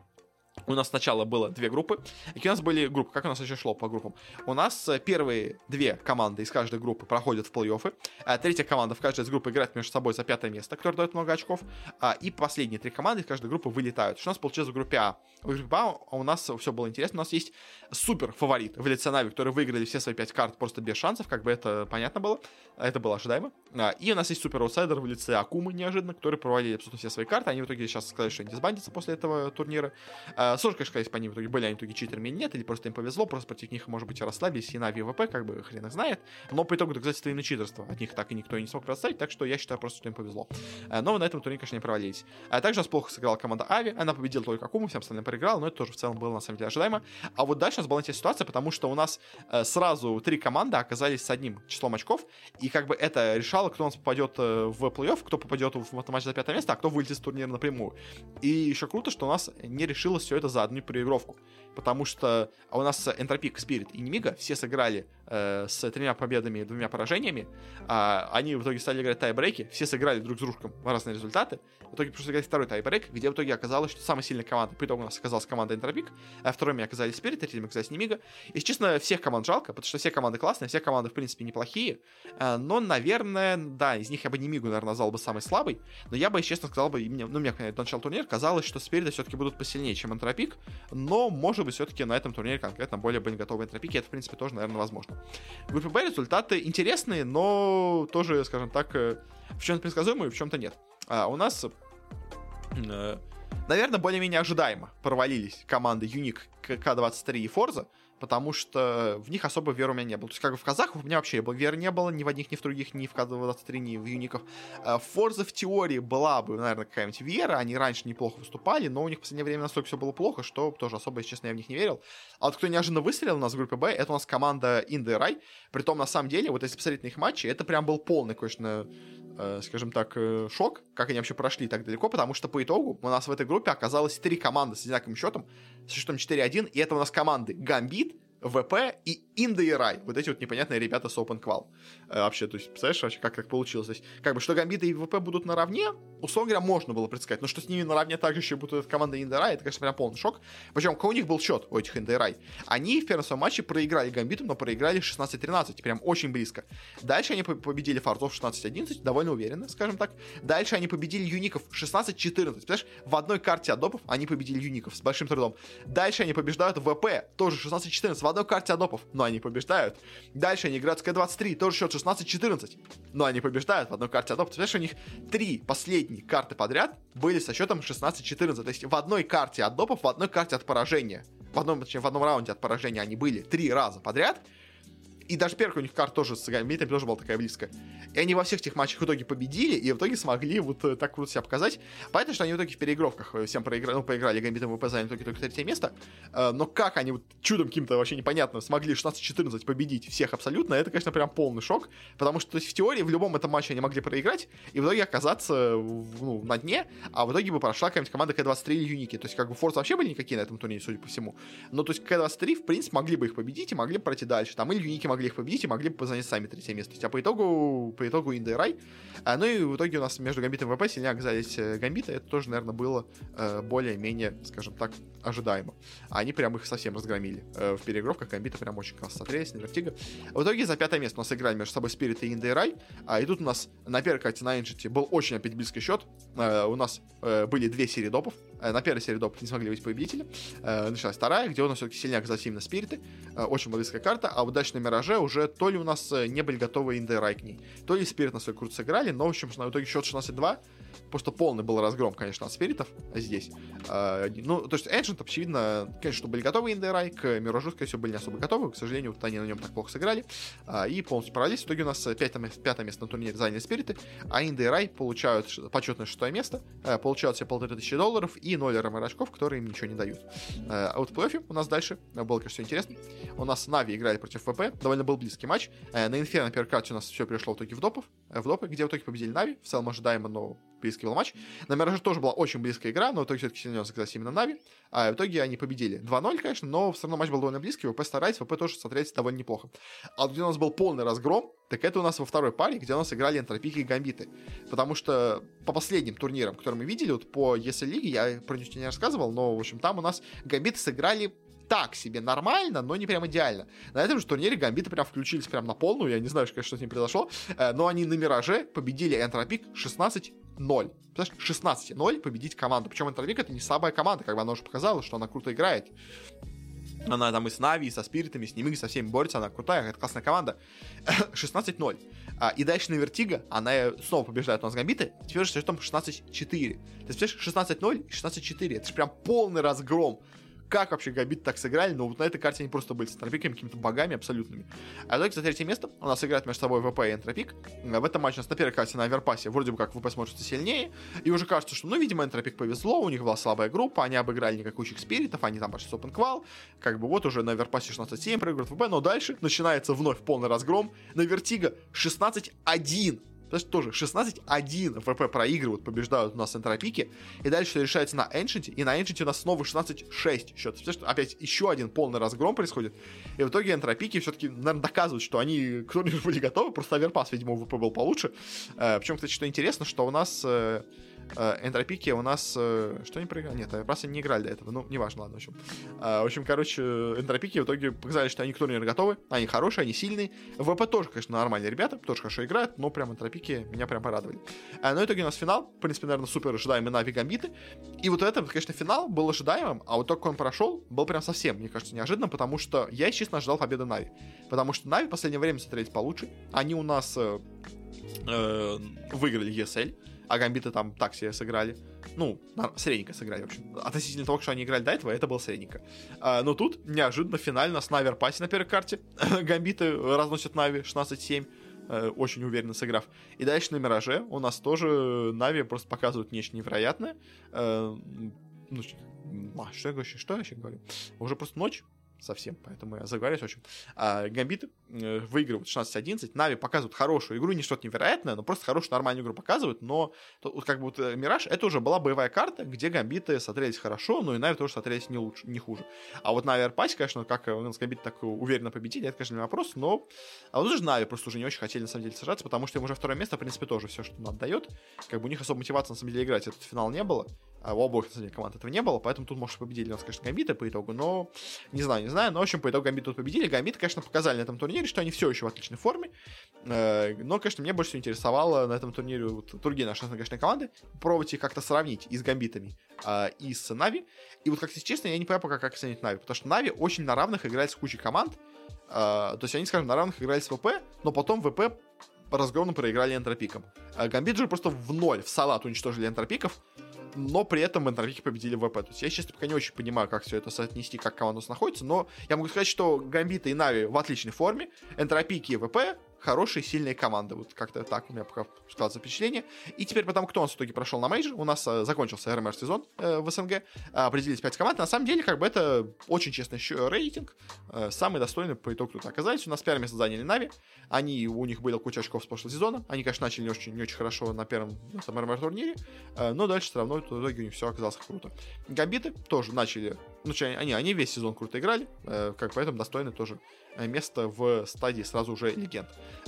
У нас сначала было 2 группы. Какие у нас были группы? Как у нас еще шло по группам? У нас первые 2 команды из каждой группы проходят в плей-оффы. Третья команда в каждой из групп играет между собой за 5-е место, которое дает много очков. И последние 3 команды из каждой группы вылетают. Что у нас получилось в группе А? В группе А у нас все было интересно. У нас есть супер фаворит в лице Нави, которые выиграли все свои 5 карт просто без шансов. Как бы это понятно было. Это было ожидаемо. И у нас есть супер аутсайдер в лице Акумы неожиданно, которые провалили абсолютно все свои карты. Они в итоге сейчас сказали, что они дисбандятся после этого турнира. Сложно, конечно, сказать по ним в итоге, были они в итоге читерами или нет, или просто им повезло, просто против них, может быть, и расслабились, и Нави ВП, как бы, хрен их знает. Но по итогу доказательства именно читерства от них так и никто и не смог представить, так что я считаю просто, что им повезло. Но на этом турнире, конечно, не провалились. Также у нас плохо сыграла команда Ави, она победила только Акуму, всем остальным проиграла, но это тоже в целом было, на самом деле, ожидаемо. А вот дальше у нас была интересная ситуация, потому что у нас сразу 3 команды оказались с одним числом очков, и как бы это решало, кто у нас попадет в плей-офф, кто попадет в матч за 5-е место, а кто вылетит с турнира напрямую. И еще круто, что у нас не решилось все это за одну переигровку. Потому что у нас Энтропик, Спирит и Немига все сыграли с 3 победами и 2 поражениями. Они в итоге стали играть тайбрейки, все сыграли друг с дружком в разные результаты. В итоге пришлось играть второй тайбрейк, где в итоге оказалось, что самая сильная команда, по итогу у нас оказалась команда Энтропик, вторыми оказались Спирит, третьими оказались Немига. И, честно, всех команд жалко, потому что все команды классные, все команды, в принципе, неплохие. Но, наверное, да, из них я бы Немигу, наверное, назвал бы самой слабой. Но я бы, честно сказал бы, мне, до начала турнира казалось, что Спириты все-таки будут посильнее, чем Энтропик. Но, может быть, все-таки на этом турнире конкретно более были готовы Энтропики. Это, в принципе, тоже, наверное, возможно. В группе Б результаты интересные, но тоже, скажем так, в чем-то предсказуемые, в чем-то нет. У нас Наверное, более-менее ожидаемо провалились команды Unique, К23 и Forza, потому что в них особо веры у меня не было. То есть, как бы в казахов у меня вообще веры не было ни в одних, ни в других, ни в К23, ни в Юников. В Forza в теории была бы, наверное, какая-нибудь вера, они раньше неплохо выступали, но у них в последнее время настолько все было плохо, что тоже особо, если честно, я в них не верил. А вот кто неожиданно выстрелил у нас в группе Б, это у нас команда Indy Rai. Притом, на самом деле, вот если посмотреть на их матчи, это прям был полный, конечно, скажем так, шок, как они вообще прошли так далеко, потому что по итогу у нас в этой группе оказалось 3 команды с одинаковым счетом, с счетом 4-1, и это у нас команды Gambit, ВП и Indy Rai. Вот эти вот непонятные ребята с Open Qual. Вообще, то есть, представляешь, вообще, как так получилось? То есть, как бы, что Gambit и ВП будут наравне, условно говоря, можно было предсказать, но что с ними наравне также еще будут команда Indy Rai, это, конечно, прям полный шок. Причем, какой у них был счет, у этих Indy Rai? Они в первом своем матче проиграли Gambit, но проиграли 16-13, прям очень близко. Дальше они победили Форзов 16-11, довольно уверенно, скажем так. Дальше они победили Юников 16-14. Представляешь, в одной карте от допов они победили Юников с большим трудом. Дальше они побеждают ВП, тоже 16-14, в одной карте от допов, но они побеждают. Дальше они играют с К23, тоже счет 16-14, но они побеждают в одной карте от допов. Представляешь, у них 3 последние карты подряд были со счетом 16-14. То есть в одной карте от допов, в одной карте от поражения. В одном раунде от поражения они были 3 раза подряд. И даже первая у них карта тоже с Гамбитом тоже была такая близкая. И они во всех этих матчах в итоге победили, и в итоге смогли вот так круто себя показать. Понятно, что они в итоге в переигровках всем поиграли Гамбитом и ВП, заняли только 3 место. Но как они вот чудом каким-то вообще непонятно смогли 16-14 победить всех абсолютно, это, конечно, прям полный шок. Потому что, то есть, в теории в любом этом матче они могли проиграть, и в итоге оказаться на дне, а в итоге бы прошла какая-нибудь команда К23 или Юники. То есть, как бы Forza вообще были никакие на этом турнире, судя по всему. Но, то есть, К23, в принципе, могли бы их победить и могли бы пройти дальше. Там или Юники могли их победить и могли бы занять сами 3 место. То есть, а по итогу Indy Rai. Ну и в итоге у нас между Гамбитом и ВП сильнее оказались Гамбиты. Это тоже, наверное, было более-менее, скажем так, ожидаемо. Они прям их совсем разгромили. В переигровках Гамбиты прям очень классно смотрелись, Нервтига. В итоге за 5 место у нас играли между собой Spirit и Indy Rai. И тут у нас на первой карте на Энджити был очень опять близкий счет. У нас были 2 серии допов. На первой серии допов не смогли быть победители. Началась вторая, где у нас все-таки сильнее оказались именно Спириты. Очень близкая карта. А вот дальше на Мираже уже то ли у нас не были готовы Indy Rai к ней, то ли Спирит на свой круто сыграли, но в общем в итоге счет 16-2, потому что полный был разгром, конечно, от Спиритов здесь. Ну, то есть Ancient, очевидно, конечно, что были готовы Indy Rai, к Миражу, скорее всего, были не особо готовы, к сожалению, вот они на нем так плохо сыграли, и полностью провалились. В итоге у нас 5 место на турнире заняли Спириты, а Indy Rai получают почетное 6 место, получают себе $1500 и 0 РМР очков, которые им ничего не дают. А вот в плей-оффе у нас дальше было, конечно, все интересно. У нас Нави играли против ВП, довольно был близкий матч. На Инферно на первой карте у нас все пришло в итоге в допы, где в итоге победили Нави, в целом ожидаемо, но близкий был матч. На Мираже тоже была очень близкая игра, но в итоге все-таки сильнее оказались именно Нави. А в итоге они победили 2-0, конечно, но все равно матч был довольно близкий, ВП старались, ВП тоже смотрелись довольно неплохо. А где у нас был полный разгром, так это у нас во второй паре, где у нас играли Энтропики и Гамбиты. Потому что по последним турнирам, которые мы видели, вот по ESL лиге, я про них не рассказывал, но, в общем, там у нас Гамбиты сыграли так себе нормально, но не прям идеально. На этом же турнире Гамбиты прям включились прям на полную, я не знаю, конечно, что с ним произошло, но они на Мираже победили Энтропик 16-0. Представляешь, 16-0 победить команду. Причем Энтропик это не слабая команда, как бы она уже показала, что она круто играет. Она там и с Нави, и со Спиритами, с ними, со всеми борется, она крутая, это классная команда. 16-0. И дальше на Вертига она снова побеждает у нас Гамбиты, теперь же счетом 16-4. Ты представляешь, 16-0 и 16-4, это же прям полный разгром. Как вообще Гамбиты так сыграли? Но вот на этой карте они просто были с Энтропиками, какими-то богами абсолютными. А итоге за 3 место у нас играют между собой ВП и Энтропик. В этом матче у нас на первой карте на Аверпасе вроде бы как ВП смотрится сильнее. И уже кажется, что, ну, видимо, Энтропик повезло, у них была слабая группа, они обыграли никаких Спиритов, они там пошли с Open Qual. Как бы вот уже на Аверпасе 16-7 проигрывают ВП, но дальше начинается вновь полный разгром. На Вертига 16-1. То есть тоже 16-1 ВП проигрывают, побеждают у нас Энтропики. И дальше все решается на Эншенте. И на Эншенте у нас снова 16-6 счет. Что опять еще один полный разгром происходит. И в итоге Энтропики все-таки, наверное, доказывают, что они к турниру были готовы. Просто Аверпас, видимо, у ВП был получше. Причем, кстати, что интересно, что у нас Энтропики у нас... Что они проиграли? Нет, Аверпасы не играли до этого. Ну, неважно, ладно, в общем, короче, Энтропики в итоге показали, что они к турниру готовы. Они хорошие, они сильные. ВП тоже, конечно, нормальные ребята, тоже хорошо играют, но прям Энтропики меня прям порадовали. Но в итоге у нас финал. В принципе, наверное, супер ожидаемый Нави Гамбиты. И вот это, конечно, финал был ожидаемым, а вот только он прошел, был прям совсем, мне кажется, неожиданным, потому что я, честно, ожидал победы Нави. Потому что Нави в последнее время смотрелись получше. Они у нас выиграли ESL. а Гамбиты там так себе сыграли. Ну, средненько сыграли, в общем. Относительно того, что они играли до этого, это было средненько. Но тут неожиданно финально с Нави Арпаси на первой карте. Гамбиты разносят Нави 16-7. Очень уверенно сыграв. И дальше на Мираже у нас тоже Нави просто показывают нечто невероятное. Что я вообще говорю? Уже просто ночь совсем, поэтому я заговорюсь. В общем, Гамбиты выигрывают 16-11. Нави показывают хорошую игру, не что-то невероятное, но просто хорошую, нормальную игру показывают. Но как бы вот Мираж, это уже была боевая карта, где Гамбиты смотрелись хорошо, но и Нави тоже смотрелись не хуже. А вот Нави Арпаси, конечно, как у нас Гамбиты так уверенно победили, это, конечно, не вопрос, но... А вот уже Нави просто уже не очень хотели, на самом деле, сражаться, потому что им уже второе место, в принципе, тоже все, что надо дает. Как бы у них особой мотивации, на самом деле, играть этот финал не было. У обоих, на самом деле, команд этого не было, поэтому тут, может, победили у нас, конечно, Гамбиты по итогу, но не знаю, но, в общем, по итогу Гамбиты тут победили. Гамбиты, конечно, показали на этом турнире, что они все еще в отличной форме, но, конечно, мне больше всего интересовало на этом турнире вот другие наши, конечно, команды, попробовать их как-то сравнить и с Гамбитами, и с Нави, и вот, как честно, я не понимаю пока, как оценить Нави, потому что Нави очень на равных играет с кучей команд, то есть они, скажем, на равных играли с ВП, но потом ВП разгромно проиграли Энтропиком. Гамбит же просто в ноль, в салат уничтожили Энтропиков, но при этом Энтропики победили ВП. То есть я, честно, пока не очень понимаю, как все это соотнести, как команда у нас находится, но я могу сказать, что Гамбиты и Нави в отличной форме, Энтропики и ВП хорошие, сильные команды. Вот как-то так у меня пока складывается впечатление. И теперь потому, кто у нас в итоге прошел на мейджор. У нас закончился РМР сезон в СНГ. Определились 5 команд. На самом деле, как бы это очень честный рейтинг. Самый достойный по итогу тут оказались. У нас первое место заняли Нави. У них было куча очков с прошлого сезона. Они, конечно, начали не очень хорошо на первом РМР турнире. Но дальше все равно в итоге у них все оказалось круто. Гамбиты тоже начали... Они весь сезон круто играли. Поэтому достойны тоже место в стадии сразу уже легенд.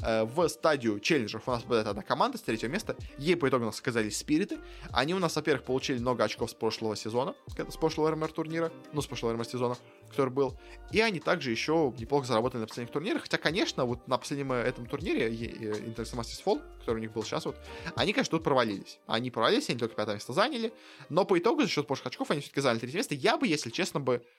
В стадию челленджеров у нас попадает одна команда с третьего места. Ей по итогу у нас оказались Спириты. Они у нас, во-первых, получили много очков с прошлого сезона, с прошлого РМР турнира, с прошлого РМР сезона, который был. И они также еще неплохо заработали на последних турнирах. Хотя, конечно, вот на последнем этом турнире International Masters Fall, который у них был сейчас, они, конечно, тут провалились. Они только 5 место заняли. Но по итогу за счет прошлых очков они все-таки заняли третье место. Я бы, если честно,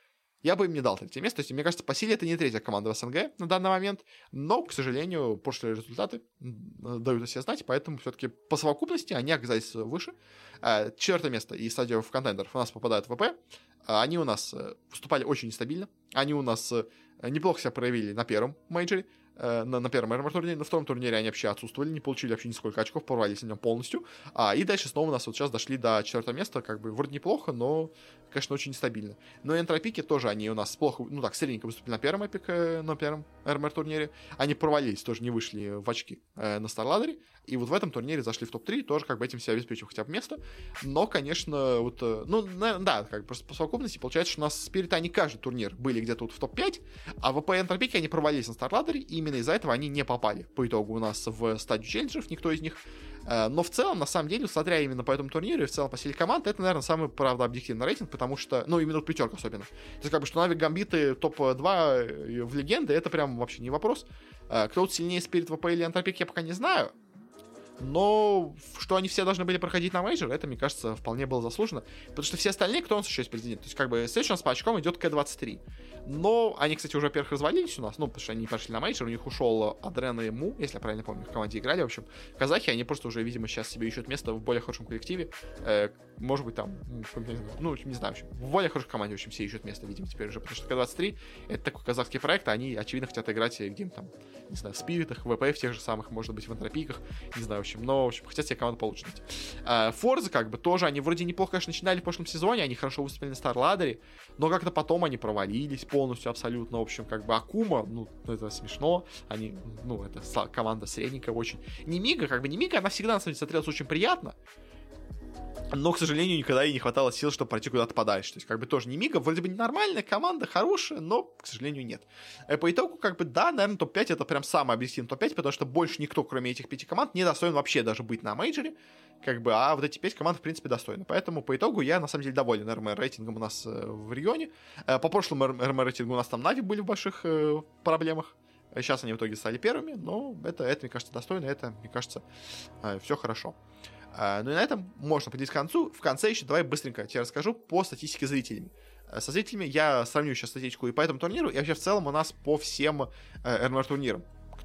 им не дал третье место. То есть, мне кажется, по силе это не третья команда в СНГ на данный момент. Но, к сожалению, прошлые результаты дают о себе знать. Поэтому все-таки по совокупности они оказались выше. Четвертое место и стадию в контендеров у нас попадают в ВП. Они у нас выступали очень нестабильно. Они у нас неплохо себя проявили на первом мейджоре. На первом РМР-турнире, на втором турнире они вообще отсутствовали, не получили вообще нисколько очков, порвались на нем полностью. И дальше снова у нас вот сейчас дошли до четвертого места, как бы вроде неплохо, но, конечно, очень нестабильно. Но Энтропики тоже, они у нас плохо, средненько выступили на первом на первом РМР-турнире. Они провалились, тоже не вышли в очки на Старладере. И вот в этом турнире зашли в топ-3, тоже как бы этим себя обеспечив хотя бы место. Но, конечно, просто по совокупности получается, что у нас Спириты, они каждый турнир были где-то вот в топ-5, а ВП и Энтропики, они провалились на Старладере, и именно из-за этого они не попали по итогу у нас в стадию челленджеров, никто из них. Но в целом, на самом деле, смотря именно по этому турниру и в целом по силе команд, это, наверное, самый, правда, объективный рейтинг, потому что, именно в пятерку особенно. То есть, как бы, что Нави Гамбиты топ-2 в легенды, это прям вообще не вопрос. Кто-то сильнее Спирит, ВП или Энтропик, я пока не знаю. Но что они все должны были проходить на мейджор, это, мне кажется, вполне было заслуженно. Потому что все остальные, кто у нас еще есть претендент? То есть, как бы, следующий у нас по очкам идет К-23. Но они, кстати, уже, во-первых, развалились у нас, потому что они не пошли на мейджор, у них ушел Адрен и Му, если я правильно помню, в команде играли. В общем, казахи, они просто уже, видимо, сейчас себе ищут место в более хорошем коллективе. Может быть, там, не знаю, в общем, в более хорошей команде, в общем, все ищут место, видимо, теперь уже. Потому что К-23 это такой казахский проект, а они, очевидно, хотят играть где-нибудь там, не знаю, в Спиритах, в ВП, в тех же самых, может быть, в Энтропиках, не знаю, в общем, хотят себе команду получше найти. Форзы, как бы, тоже, они вроде неплохо, конечно, начинали в прошлом сезоне, они хорошо выступили на Старладере, но как-то потом они провалились полностью, абсолютно, в общем, как бы, Акума, это смешно, они, это команда средненькая очень. Немига, она всегда, на самом деле, смотрелась очень приятно, но, к сожалению, никогда ей не хватало сил, чтобы пройти куда-то подальше. То есть, как бы, тоже не Мига, вроде бы нормальная команда, хорошая, но, к сожалению, нет. По итогу, как бы, да, наверное, топ-5 это прям самый объективный топ-5, потому что больше никто, кроме этих 5 команд, не достоин вообще даже быть на мейджоре, как бы, а вот эти 5 команд, в принципе, достойны. Поэтому, по итогу, я, на самом деле, доволен РМР-рейтингом у нас в регионе. По прошлому РМР-рейтингу у нас там Нави были в больших проблемах. Сейчас они в итоге стали первыми, но это, мне кажется, достойно, это, мне кажется, все хорошо. И на этом можно подойти к концу. В конце еще давай быстренько тебе расскажу по статистике зрителями. Со зрителями я сравню сейчас статистику и по этому турниру, и вообще в целом у нас по всем РМР-турнирам,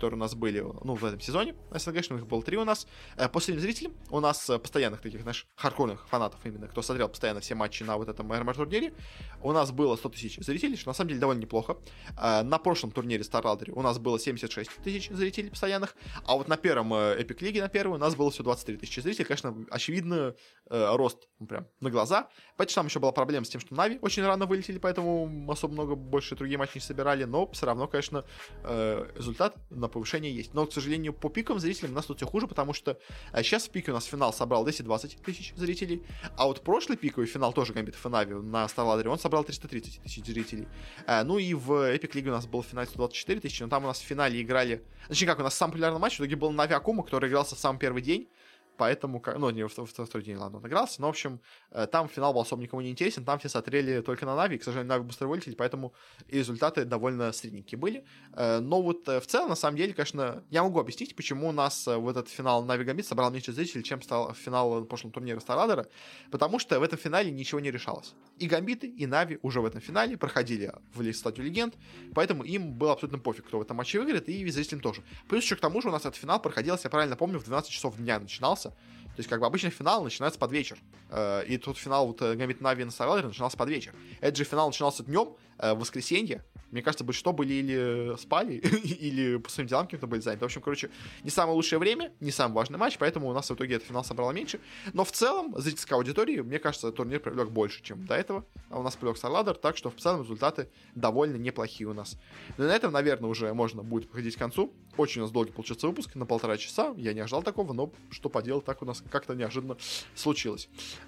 которые у нас были, ну, в этом сезоне, СНГшном, их было 3 у нас. По своим зрителям, у нас постоянных таких, знаешь, хардкорных фанатов именно, кто смотрел постоянно все матчи на вот этом РМР-турнире, у нас было 100 тысяч зрителей, что на самом деле довольно неплохо. На прошлом турнире StarLadder у нас было 76 тысяч зрителей постоянных, а вот на первом Epic League, на первой, у нас было всего 23 тысячи зрителей. Конечно, очевидно, рост прям на глаза. Поэтому там еще была проблема с тем, что Нави очень рано вылетели, поэтому особо много больше другие матчи не собирали, но все равно, конечно, результат на повышение есть. Но, к сожалению, по пиковым зрителям у нас тут все хуже, потому что сейчас в пике у нас финал собрал 220 тысяч зрителей, а вот прошлый пиковый финал тоже Гамбитов и Нави на StarLadder, он собрал 330 тысяч зрителей. Ну и в Epic League у нас был в финале 124 тысячи, но там у нас в финале играли... Значит, как у нас самый популярный матч в итоге был Нави Акума, который игрался в самый первый день. Поэтому, ну, не в второй день, ладно, он игрался, но, в общем, там финал был особо никому не интересен, там все смотрели только на Нави, к сожалению, Нави быстро вылетели, поэтому и результаты довольно средненькие были. Но вот в целом, на самом деле, конечно, я могу объяснить, почему у нас в этот финал Нави Гамбит собрал меньше зрителей, чем стал финал прошлого турнира StarLadder, потому что в этом финале ничего не решалось. И Гамбиты, и Нави уже в этом финале проходили в стадию легенд, поэтому им было абсолютно пофиг, кто в этом матче выиграет, и зрителям тоже. Плюс еще к тому же у нас этот финал проходил, если я правильно помню, в 12 часов дня начинался. То есть, как бы, обычно финал начинается под вечер. И тут финал вот Гамбит Нави на StarLadder начинался под вечер. Этот же финал начинался днем, в воскресенье. Мне кажется, большинство были или спали, или по своим делам каким-то были заняты. В общем, короче, не самое лучшее время, не самый важный матч, поэтому у нас в итоге этот финал собрало меньше. Но в целом, зрительской аудитории, мне кажется, турнир привлек больше, чем до этого. А у нас привлек StarLadder, так что в целом результаты довольно неплохие у нас. Но на этом, наверное, уже можно будет подходить к концу. Очень у нас долгий получился выпуск, на 1,5 часа. Я не ожидал такого, но что поделать, так у нас как-то неожиданно случилось.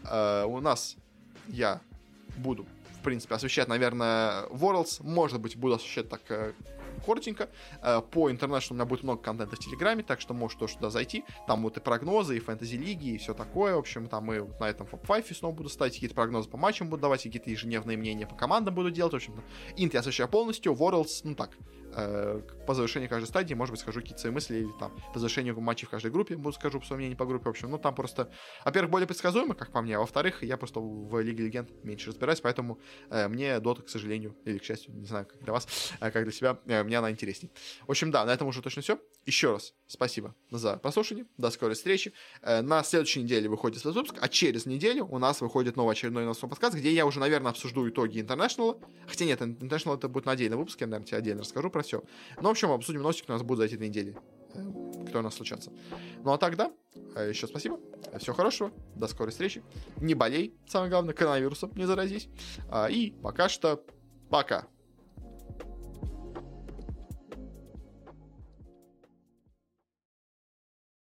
У нас я буду, в принципе, освещать, наверное, Worlds. Может быть, буду освещать так коротенько. По интернешнлу у меня будет много контента в Телеграме, так что можешь тоже туда зайти. Там вот и прогнозы, и фэнтези-лиги, и все такое. В общем, там и вот на этом Фаб-5 снова буду ставить, какие-то прогнозы по матчам буду давать, какие-то ежедневные мнения по командам буду делать. В общем, Инт я освещаю полностью, Worlds, ну так, по завершении каждой стадии, может быть, скажу какие-то свои мысли, или там по завершению матчей в каждой группе буду скажу свое мнение по группе. В общем, ну там просто, во-первых, более предсказуемо, как по мне, а во-вторых, я просто в Лиге Легенд меньше разбираюсь, поэтому мне Дота, к сожалению, или к счастью, не знаю, как для вас, как для себя, мне она интересней. В общем, да, на этом уже точно все. Еще раз спасибо за прослушивание, до скорой встречи. На следующей неделе выходит следующий выпуск, а через неделю у нас выходит новый очередной новостной подкаст, где я уже, наверное, обсужду итоги International. Хотя нет, International это будет на отдельный выпуск, я, наверное, тебе отдельно расскажу про все. Ну, в общем, обсудим новости, которые у нас будут за эти 2 недели, которые у нас случатся. Ну, а тогда, еще спасибо, всего хорошего, до скорой встречи. Не болей, самое главное, коронавирусом не заразись. И пока что, пока.